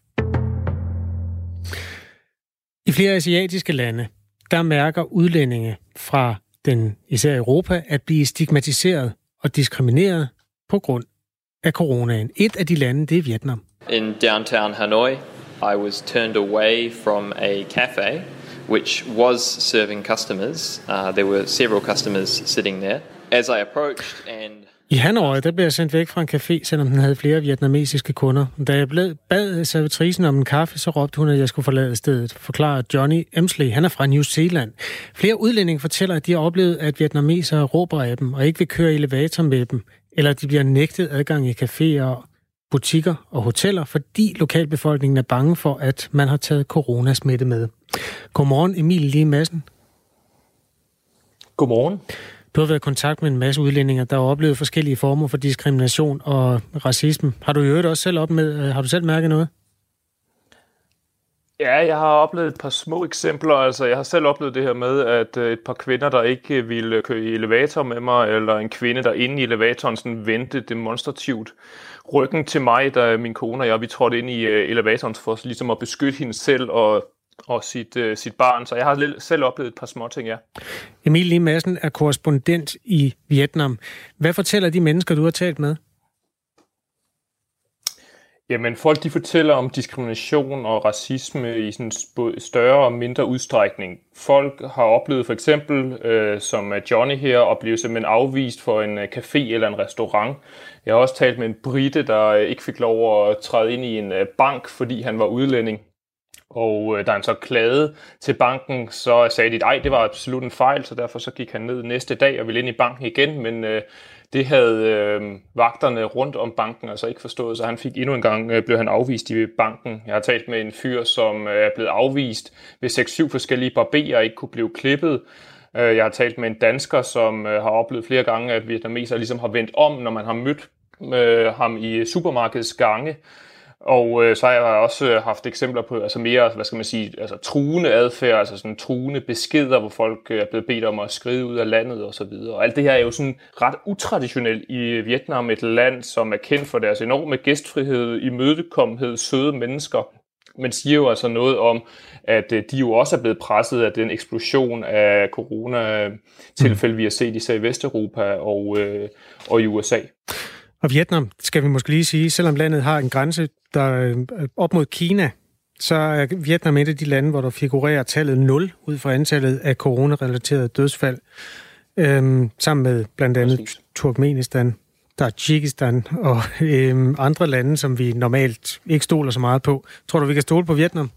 I flere asiatiske lande, der mærker udlændinge fra især Europa at blive stigmatiseret og diskrimineret på grund af coronaen. Et af de lande, det er Vietnam. In downtown Hanoi, I was turned away from a cafe which was serving customers. There were several customers sitting there. As I approached and I Hanoi, der blev jeg sendt væk fra en café, selvom den havde flere vietnamesiske kunder. Da jeg bad servitricen om en kaffe, så råbte hun, at jeg skulle forlade stedet, forklarer Johnny Emsley. Han er fra New Zealand. Flere udlændinge fortæller, at de har oplevet, at vietnamesere råber af dem og ikke vil køre elevator med dem, eller de bliver nægtet adgang i caféer, butikker og hoteller, fordi lokalbefolkningen er bange for, at man har taget coronasmitte med. Godmorgen, Emil Lie Madsen. Godmorgen. Du har været i kontakt med en masse udlændinge, der har oplevet forskellige former for diskrimination og racisme. Har du i øvrigt også har du selv mærket noget? Ja, jeg har oplevet et par små eksempler. Altså, jeg har selv oplevet det her med, at et par kvinder, der ikke ville køre i elevator med mig, eller en kvinde, der inde i elevatoren sådan vendte demonstrativt ryggen til mig, da min kone og jeg, vi trådte ind i elevatoren for ligesom at beskytte hende selv og sit barn. Så jeg har selv oplevet et par små ting, ja. Emil Lie Madsen er korrespondent i Vietnam. Hvad fortæller de mennesker, du har talt med? Jamen, folk de fortæller om diskrimination og racisme i sådan større og mindre udstrækning. Folk har oplevet for eksempel, som Johnny her, at blive simpelthen afvist for en café eller en restaurant. Jeg har også talt med en brite, der ikke fik lov at træde ind i en bank, fordi han var udlænding. Og da han så klagede til banken, så sagde de, at det var absolut en fejl, så derfor så gik han ned næste dag og ville ind i banken igen, men det havde vagterne rundt om banken altså ikke forstået, så han fik endnu en gang, blev han afvist i banken. Jeg har talt med en fyr, som er blevet afvist ved 6-7 forskellige barberer ikke kunne blive klippet. Jeg har talt med en dansker, som har oplevet flere gange, at vietnamesere ligesom har vendt om, når man har mødt ham i supermarkedets gange. Og så har jeg også haft eksempler på altså mere, truende adfærd, altså sådan truende beskeder, hvor folk er blevet bedt om at skride ud af landet og så videre. Og alt det her er jo sådan ret utraditionelt i Vietnam, et land, som er kendt for deres enorme gæstfrihed, imødekommenhed, søde mennesker. Men siger jo altså noget om, at de jo også er blevet presset af den eksplosion af coronatilfælde, vi har set især i Vesteuropa og i USA. Og Vietnam, skal vi måske lige sige, selvom landet har en grænse, der er op mod Kina, så er Vietnam et af de lande, hvor der figurerer tallet 0 ud fra antallet af coronarelaterede dødsfald, sammen med blandt andet Turkmenistan, Tajikistan og andre lande, som vi normalt ikke stoler så meget på. Tror du, vi kan stole på Vietnam?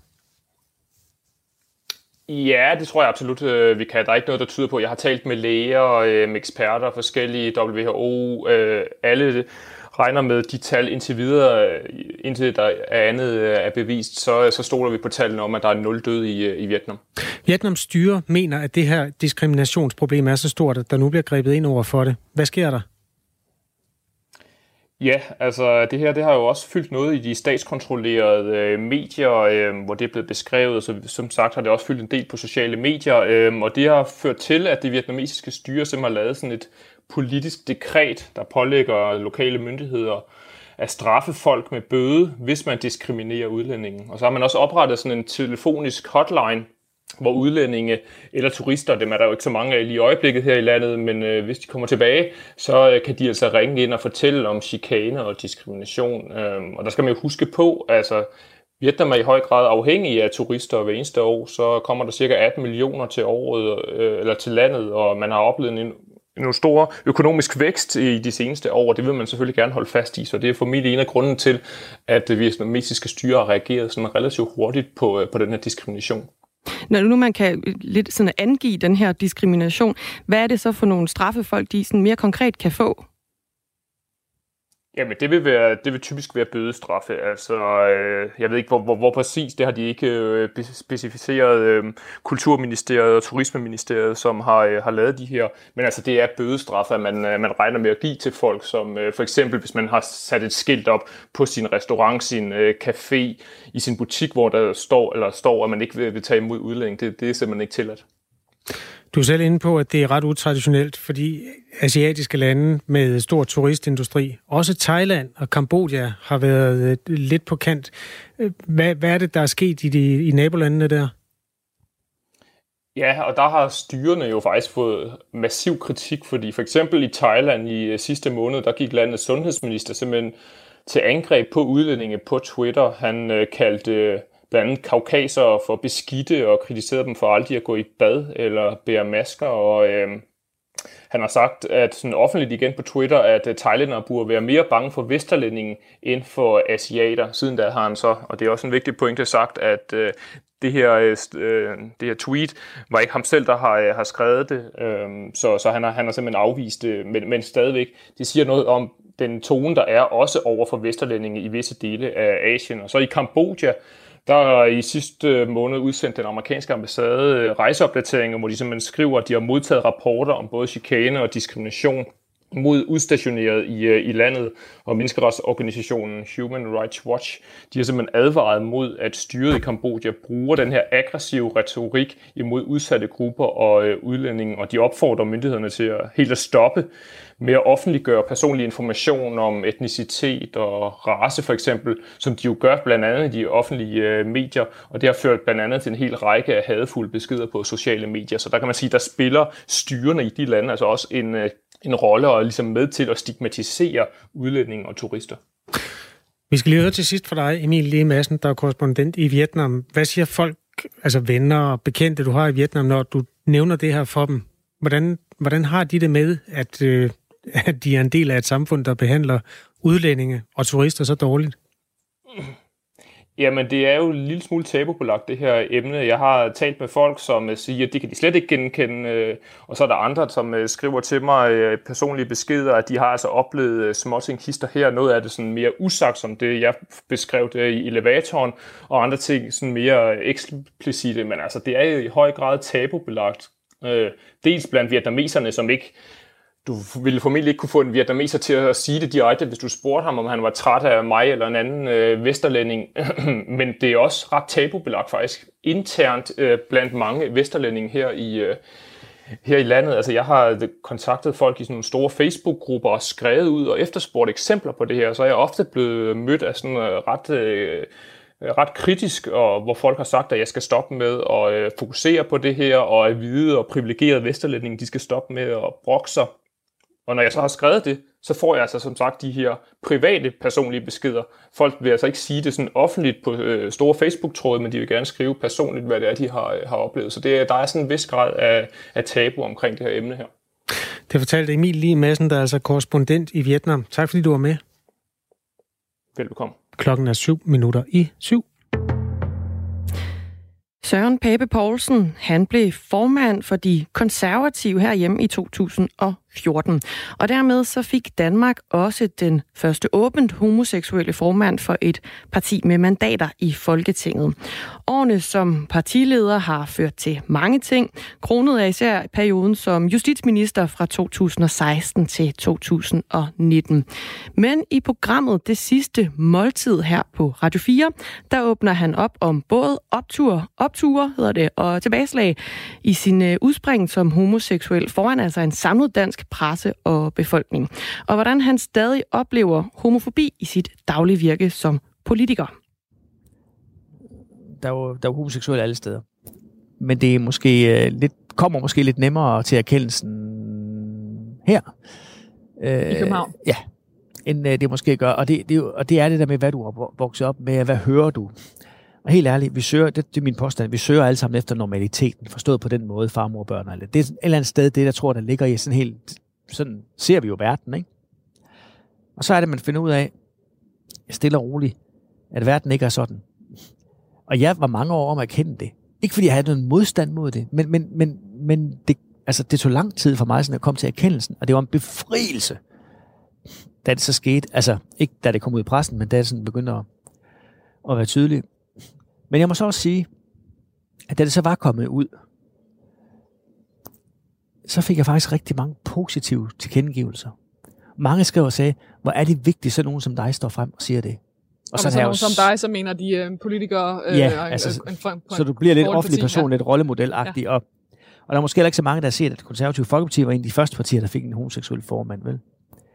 Ja, det tror jeg absolut, vi kan. Der er ikke noget, der tyder på. Jeg har talt med læger, med eksperter, forskellige WHO. Alle regner med de tal indtil videre, indtil der er andet er bevist, så stoler vi på tallene om, at der er 0 døde i Vietnam. Vietnams styre mener, at det her diskriminationsproblem er så stort, at der nu bliver grebet ind over for det. Hvad sker der? Ja, altså det her det har jo også fyldt noget i de statskontrollerede medier, hvor det er blevet beskrevet, så som sagt har det også fyldt en del på sociale medier, og det har ført til, at det vietnamesiske styre simpelthen har lavet sådan et politisk dekret, der pålægger lokale myndigheder at straffe folk med bøde, hvis man diskriminerer udlændingen. Og så har man også oprettet sådan en telefonisk hotline, hvor udlændinge eller turister, dem er der jo ikke så mange af lige i øjeblikket her i landet, men hvis de kommer tilbage, så kan de altså ringe ind og fortælle om chikane og diskrimination. Og der skal man jo huske på, altså Vietnam er i høj grad afhængig af turister, og hver eneste år, så kommer der cirka 18 millioner til året, eller til landet, og man har oplevet en stor økonomisk vækst i de seneste år, og det vil man selvfølgelig gerne holde fast i, så det er formentlig en af grunden til, at det vietnamesiske styre har reageret sådan relativt hurtigt på den her diskrimination. Når nu man kan lidt sådan angive den her diskrimination, hvad er det så for nogle straffe folk, de sådan mere konkret kan få? Jamen, det vil typisk være bødestraffe. Altså, jeg ved ikke, hvor præcis, det har de ikke specificeret Kulturministeriet og Turismeministeriet, som har lavet de her. Men altså, det er bødestraffe, at man regner med at give til folk, som for eksempel, hvis man har sat et skilt op på sin restaurant, sin café, i sin butik, hvor der står, at man ikke vil tage imod udlænding. Det er simpelthen ikke tilladt. Du er selv inde på, at det er ret utraditionelt, fordi asiatiske lande med stor turistindustri, også Thailand og Kambodja, har været lidt på kant. Hvad er det, der er sket i nabolandene der? Ja, og der har styrene jo faktisk fået massiv kritik, fordi for eksempel i Thailand i sidste måned, der gik landets sundhedsminister simpelthen til angreb på udlændinge på Twitter. Han kaldte blandt andet kaukasere for beskidte og kritiserede dem for aldrig at gå i bad eller bære masker. Og han har sagt, at sådan offentligt igen på Twitter, at thailændere burde være mere bange for vesterlændinge end for asiater. Siden da har han så, og det er også en vigtig pointe, sagt, at det her tweet var ikke ham selv, der har skrevet det, så han har simpelthen afvist det, men stadigvæk, det siger noget om den tone, der er også over for vesterlændinge i visse dele af Asien. Og så i Kambodja, der i sidste måned udsendt den amerikanske ambassade rejseopdateringer, hvor de simpelthen skriver, at de har modtaget rapporter om både chikane og diskrimination mod udstationeret i landet, og menneskeretsorganisationen Human Rights Watch, de har simpelthen advaret mod, at styret i Kambodja bruger den her aggressive retorik imod udsatte grupper og udlændinge, og de opfordrer myndighederne til helt at stoppe med at offentliggøre personlig information om etnicitet og race for eksempel, som de jo gør blandt andet i de offentlige medier, og det har ført blandt andet til en hel række af hadefulde beskeder på sociale medier. Så der kan man sige, der spiller styrene i de lande altså også en rolle og ligesom med til at stigmatisere udlændinge og turister. Vi skal lige høre til sidst fra dig, Emil Lee Madsen, der er korrespondent i Vietnam. Hvad siger folk, altså venner og bekendte, du har i Vietnam, når du nævner det her for dem? Hvordan har de det med, at de er en del af et samfund, der behandler udlændinge og turister så dårligt? Jamen, det er jo en lille smule tabubelagt, det her emne. Jeg har talt med folk, som siger, at det kan de slet ikke genkende, og så er der andre, som skriver til mig personlige beskeder, at de har altså oplevet småting hister her. Noget af det sådan mere usagt, som det jeg beskrev det i elevatoren, og andre ting sådan mere eksplicite, men altså det er jo i høj grad tabubelagt. Dels blandt vietnameserne, som ikke... Du ville formentlig ikke kunne få en vietnameser til at sige det direkte, hvis du spurgte ham, om han var træt af mig eller en anden vesterlænding. Men det er også ret tabubelagt faktisk internt blandt mange vesterlændinge her i landet. Altså jeg har kontaktet folk i sådan nogle store Facebook-grupper og skrevet ud og efterspurgt eksempler på det her, så er jeg ofte blevet mødt af sådan ret kritisk, og hvor folk har sagt, at jeg skal stoppe med at fokusere på det her, og at hvide og privilegerede vesterlændinge, de skal stoppe med at brokke sig. Og når jeg så har skrevet det, så får jeg altså som sagt de her private personlige beskeder. Folk vil altså ikke sige det sådan offentligt på store Facebook-tråde, men de vil gerne skrive personligt, hvad det er, de har oplevet. Så der er sådan en vis grad af tabu omkring det her emne her. Det fortalte Emil Lee Madsen, der er altså korrespondent i Vietnam. Tak fordi du var med. Velbekomme. Klokken er 7:07. Søren Pape Poulsen, han blev formand for de konservative herhjemme i 2014. Og dermed så fik Danmark også den første åbent homoseksuelle formand for et parti med mandater i Folketinget. Årene som partileder har ført til mange ting. Kronet er især perioden som justitsminister fra 2016 til 2019. Men i programmet Det Sidste Måltid her på Radio 4, der åbner han op om både opture hedder det, og tilbageslag i sin udspring som homoseksuel foran altså en samlet dansk presse og befolkning. Og hvordan han stadig oplever homofobi i sit daglige virke som politiker. Der er jo homoseksuelle alle steder. Men det er måske kommer måske lidt nemmere til erkendelsen her. I København? Ja, end det måske gør. Og det er det der med, hvad du har vokset op med, hvad hører du? Og helt ærligt, det er min påstand, vi søger alle sammen efter normaliteten, forstået på den måde, far, mor, børn. Det er et eller andet sted, det der tror, der ligger i sådan helt, sådan ser vi jo verden, ikke? Og så er det, man finder ud af, stille og roligt, at verden ikke er sådan. Og jeg var mange år om at erkende det. Ikke fordi jeg havde noget modstand mod det, men det tog lang tid for mig sådan at komme til erkendelsen, og det var en befrielse da det så skete. Altså, ikke da det kom ud i pressen, men da det sådan begyndte at være tydeligt. Men jeg må så også sige, at da det så var kommet ud, så fik jeg faktisk rigtig mange positive tilkendegivelser. Mange skrev og sagde, hvor er det vigtigt, så nogen som dig står frem og siger det. Og så nogen som dig, så mener de politikere... så du bliver lidt offentlig person, lidt rollemodel-agtig. Ja. Og der er måske heller ikke så mange, der har set, at Konservative Folkeparti var en af de første partier, der fik en homoseksuel formand, vel?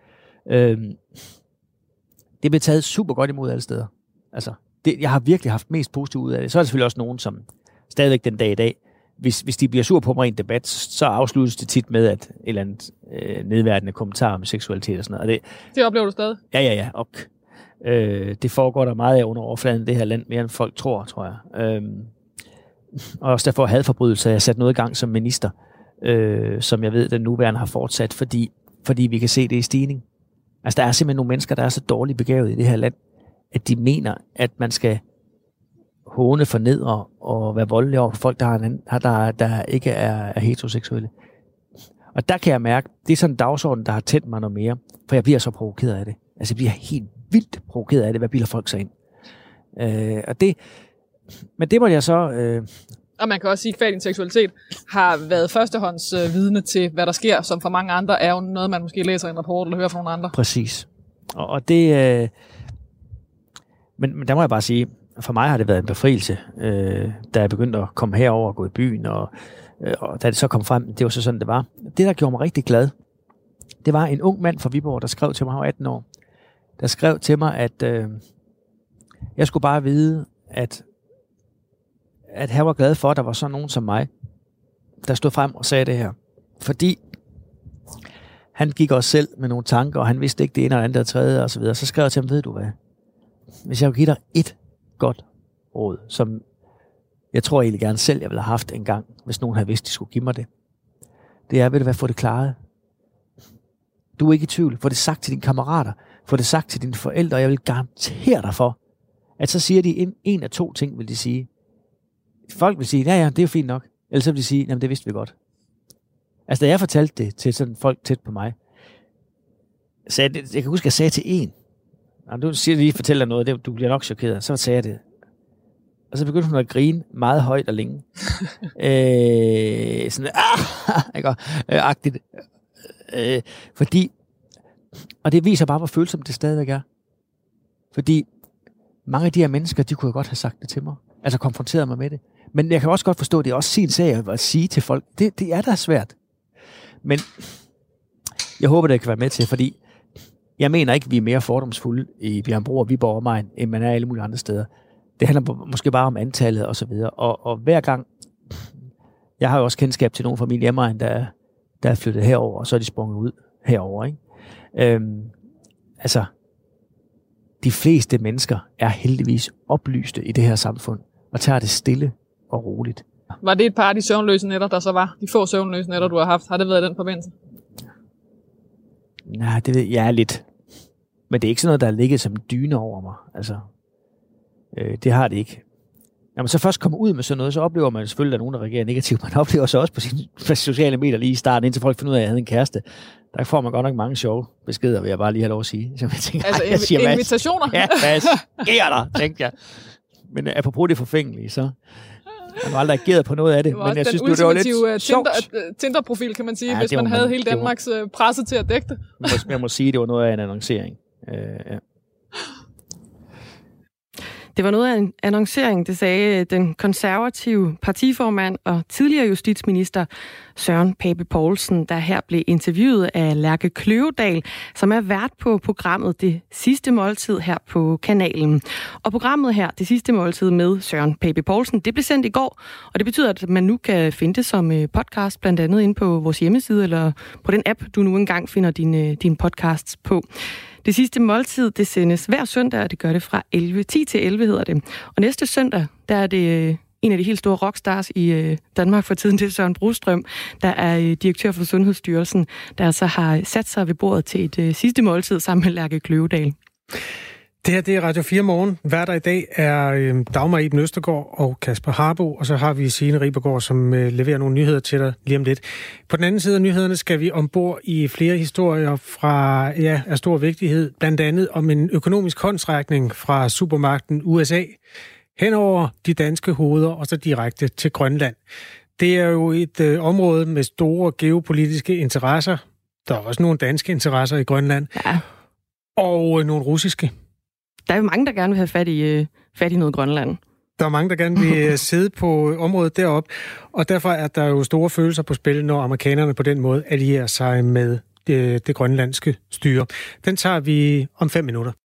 Det blev taget super godt imod alle steder. Altså, jeg har virkelig haft mest positivt ud af det. Så er der selvfølgelig også nogen, som stadigvæk den dag i dag, hvis de bliver sur på mig i en debat, så afsluttes det tit med, at et eller andet nedværdigende kommentar om seksualitet og sådan noget. Og det oplever du stadig? Ja. Og det foregår der meget af under overfladen i det her land, mere end folk tror jeg. Og også derfor hadforbrydelser. Jeg har sat noget i gang som minister, som jeg ved, den nuværende har fortsat, fordi vi kan se det i stigning. Altså, der er simpelthen nogle mennesker, der er så dårligt begavet i det her land, at de mener, at man skal håne, fornedre og være voldelig over folk, der ikke er heteroseksuelle. Og der kan jeg mærke, det er sådan en dagsorden, der har tændt mig noget mere, for jeg bliver så provokeret af det. Altså, jeg bliver helt vildt provokeret af det. Hvad bilder folk sig ind? Men det må jeg så... Og man kan også sige, at din seksualitet har været førstehånds vidne til, hvad der sker, som for mange andre er jo noget, man måske læser i en rapport eller hører fra nogle andre. Præcis. Og det... Men der må jeg bare sige, for mig har det været en befrielse, da jeg begyndte at komme herover og gå i byen, og da det så kom frem, det var så sådan, det var. Det, der gjorde mig rigtig glad, det var en ung mand fra Viborg, der skrev til mig, han var 18 år, der skrev til mig, at jeg skulle bare vide, at han var glad for, at der var sådan nogen som mig, der stod frem og sagde det her. Fordi han gik også selv med nogle tanker, og han vidste ikke det ene eller andet, der tredje og så videre. Så skrev jeg til ham, ved du hvad? Hvis jeg kunne give dig et godt råd, som jeg tror egentlig gerne selv, jeg ville have haft en gang, hvis nogen havde vidst, de skulle give mig det. Det er, ved du hvad, få det klaret. Du er ikke i tvivl. Få det sagt til dine kammerater. Få det sagt til dine forældre, og jeg vil garantere dig for, at så siger de en af to ting, vil de sige. Folk vil sige, ja, det er jo fint nok. Eller så vil de sige, jamen det vidste vi godt. Altså, da jeg fortalte det til sådan folk tæt på mig, jeg kan huske, at jeg sagde til en, du siger lige, fortæller noget, du bliver nok chokeret. Så sagde jeg det. Og så begyndte hun at grine meget højt og længe. Sådan, agtigt. Fordi, og det viser bare, hvor følsomt det stadigvæk er. Fordi mange af de her mennesker, de kunne jo godt have sagt det til mig. Altså konfronteret mig med det. Men jeg kan også godt forstå, at det er også sin sag at sige til folk. Det er da svært. Men jeg håber, det kan være med til, fordi jeg mener ikke, at vi er mere fordomsfulde i Bjerringbro og Viborg omegn, end man er alle mulige andre steder. Det handler måske bare om antallet og så videre. Og hver gang, jeg har jo også kendskab til nogle fra min hjemmeegn, der er flyttet herover, og så er de sprunget ud herover, ikke? Altså, de fleste mennesker er heldigvis oplyste i det her samfund, og tager det stille og roligt. Var det et par af de søvnløse nætter, der så var? De få søvnløse nætter, du har haft? Har det været i den forbindelse? Nej, det ved jeg lidt. Men det er ikke sådan noget, der er ligget som dyne over mig. Altså, det har det ikke. Når man så først kommer ud med sådan noget, så oplever man selvfølgelig, at der er nogen, der reagerer negativt. Man oplever så også på sine sociale medier lige i starten, indtil folk finder ud af, at jeg havde en kæreste. Der får man godt nok mange sjove beskeder, vil jeg bare lige have lov at sige. Så jeg tænker, altså invitationer? Ja, hvad sker der, tænkte jeg. Men apropos det forfængelige, så jeg har aldrig ageret på noget af det. Det var men jeg synes, det var lidt sjovt. Tinder-profil, kan man sige, ja, hvis man havde hele Danmarks presse til at dække det. Jeg må sige, det var noget af en annoncering. Ja. Det var noget af en annoncering, det sagde den konservative partiformand og tidligere justitsminister Søren Pape Poulsen, der her blev interviewet af Lærke Kløvedal, som er vært på programmet Det Sidste Måltid her på kanalen. Og programmet her, Det Sidste Måltid med Søren Pape Poulsen, det blev sendt i går, og det betyder, at man nu kan finde det som podcast, blandt andet inde på vores hjemmeside eller på den app, du nu engang finder din podcasts på. Det Sidste Måltid, det sendes hver søndag, og det gør det fra 10 til 11 hedder det. Og næste søndag, der er det en af de helt store rockstars i Danmark for tiden, det er Søren Brostrøm, der er direktør for Sundhedsstyrelsen, der altså har sat sig ved bordet til et sidste måltid sammen med Lærke Kløvedal. Det her det er Radio 4 Morgen. Værter i dag er Dagmar Iben Østergaard og Kasper Harbo, og så har vi Signe Ribergaard, som leverer nogle nyheder til dig lige om lidt. På den anden side af nyhederne skal vi ombord i flere historier fra af stor vigtighed, blandt andet om en økonomisk håndsrækning fra supermagten USA henover de danske hoveder og så direkte til Grønland. Det er jo et område med store geopolitiske interesser. Der er også nogle danske interesser i Grønland. Ja. Og nogle russiske. Der er jo mange, der gerne vil have fat i noget Grønland. Der er mange, der gerne vil sidde på området deroppe, og derfor er der jo store følelser på spil, når amerikanerne på den måde allierer sig med det grønlandske styre. Den tager vi om 5 minutter.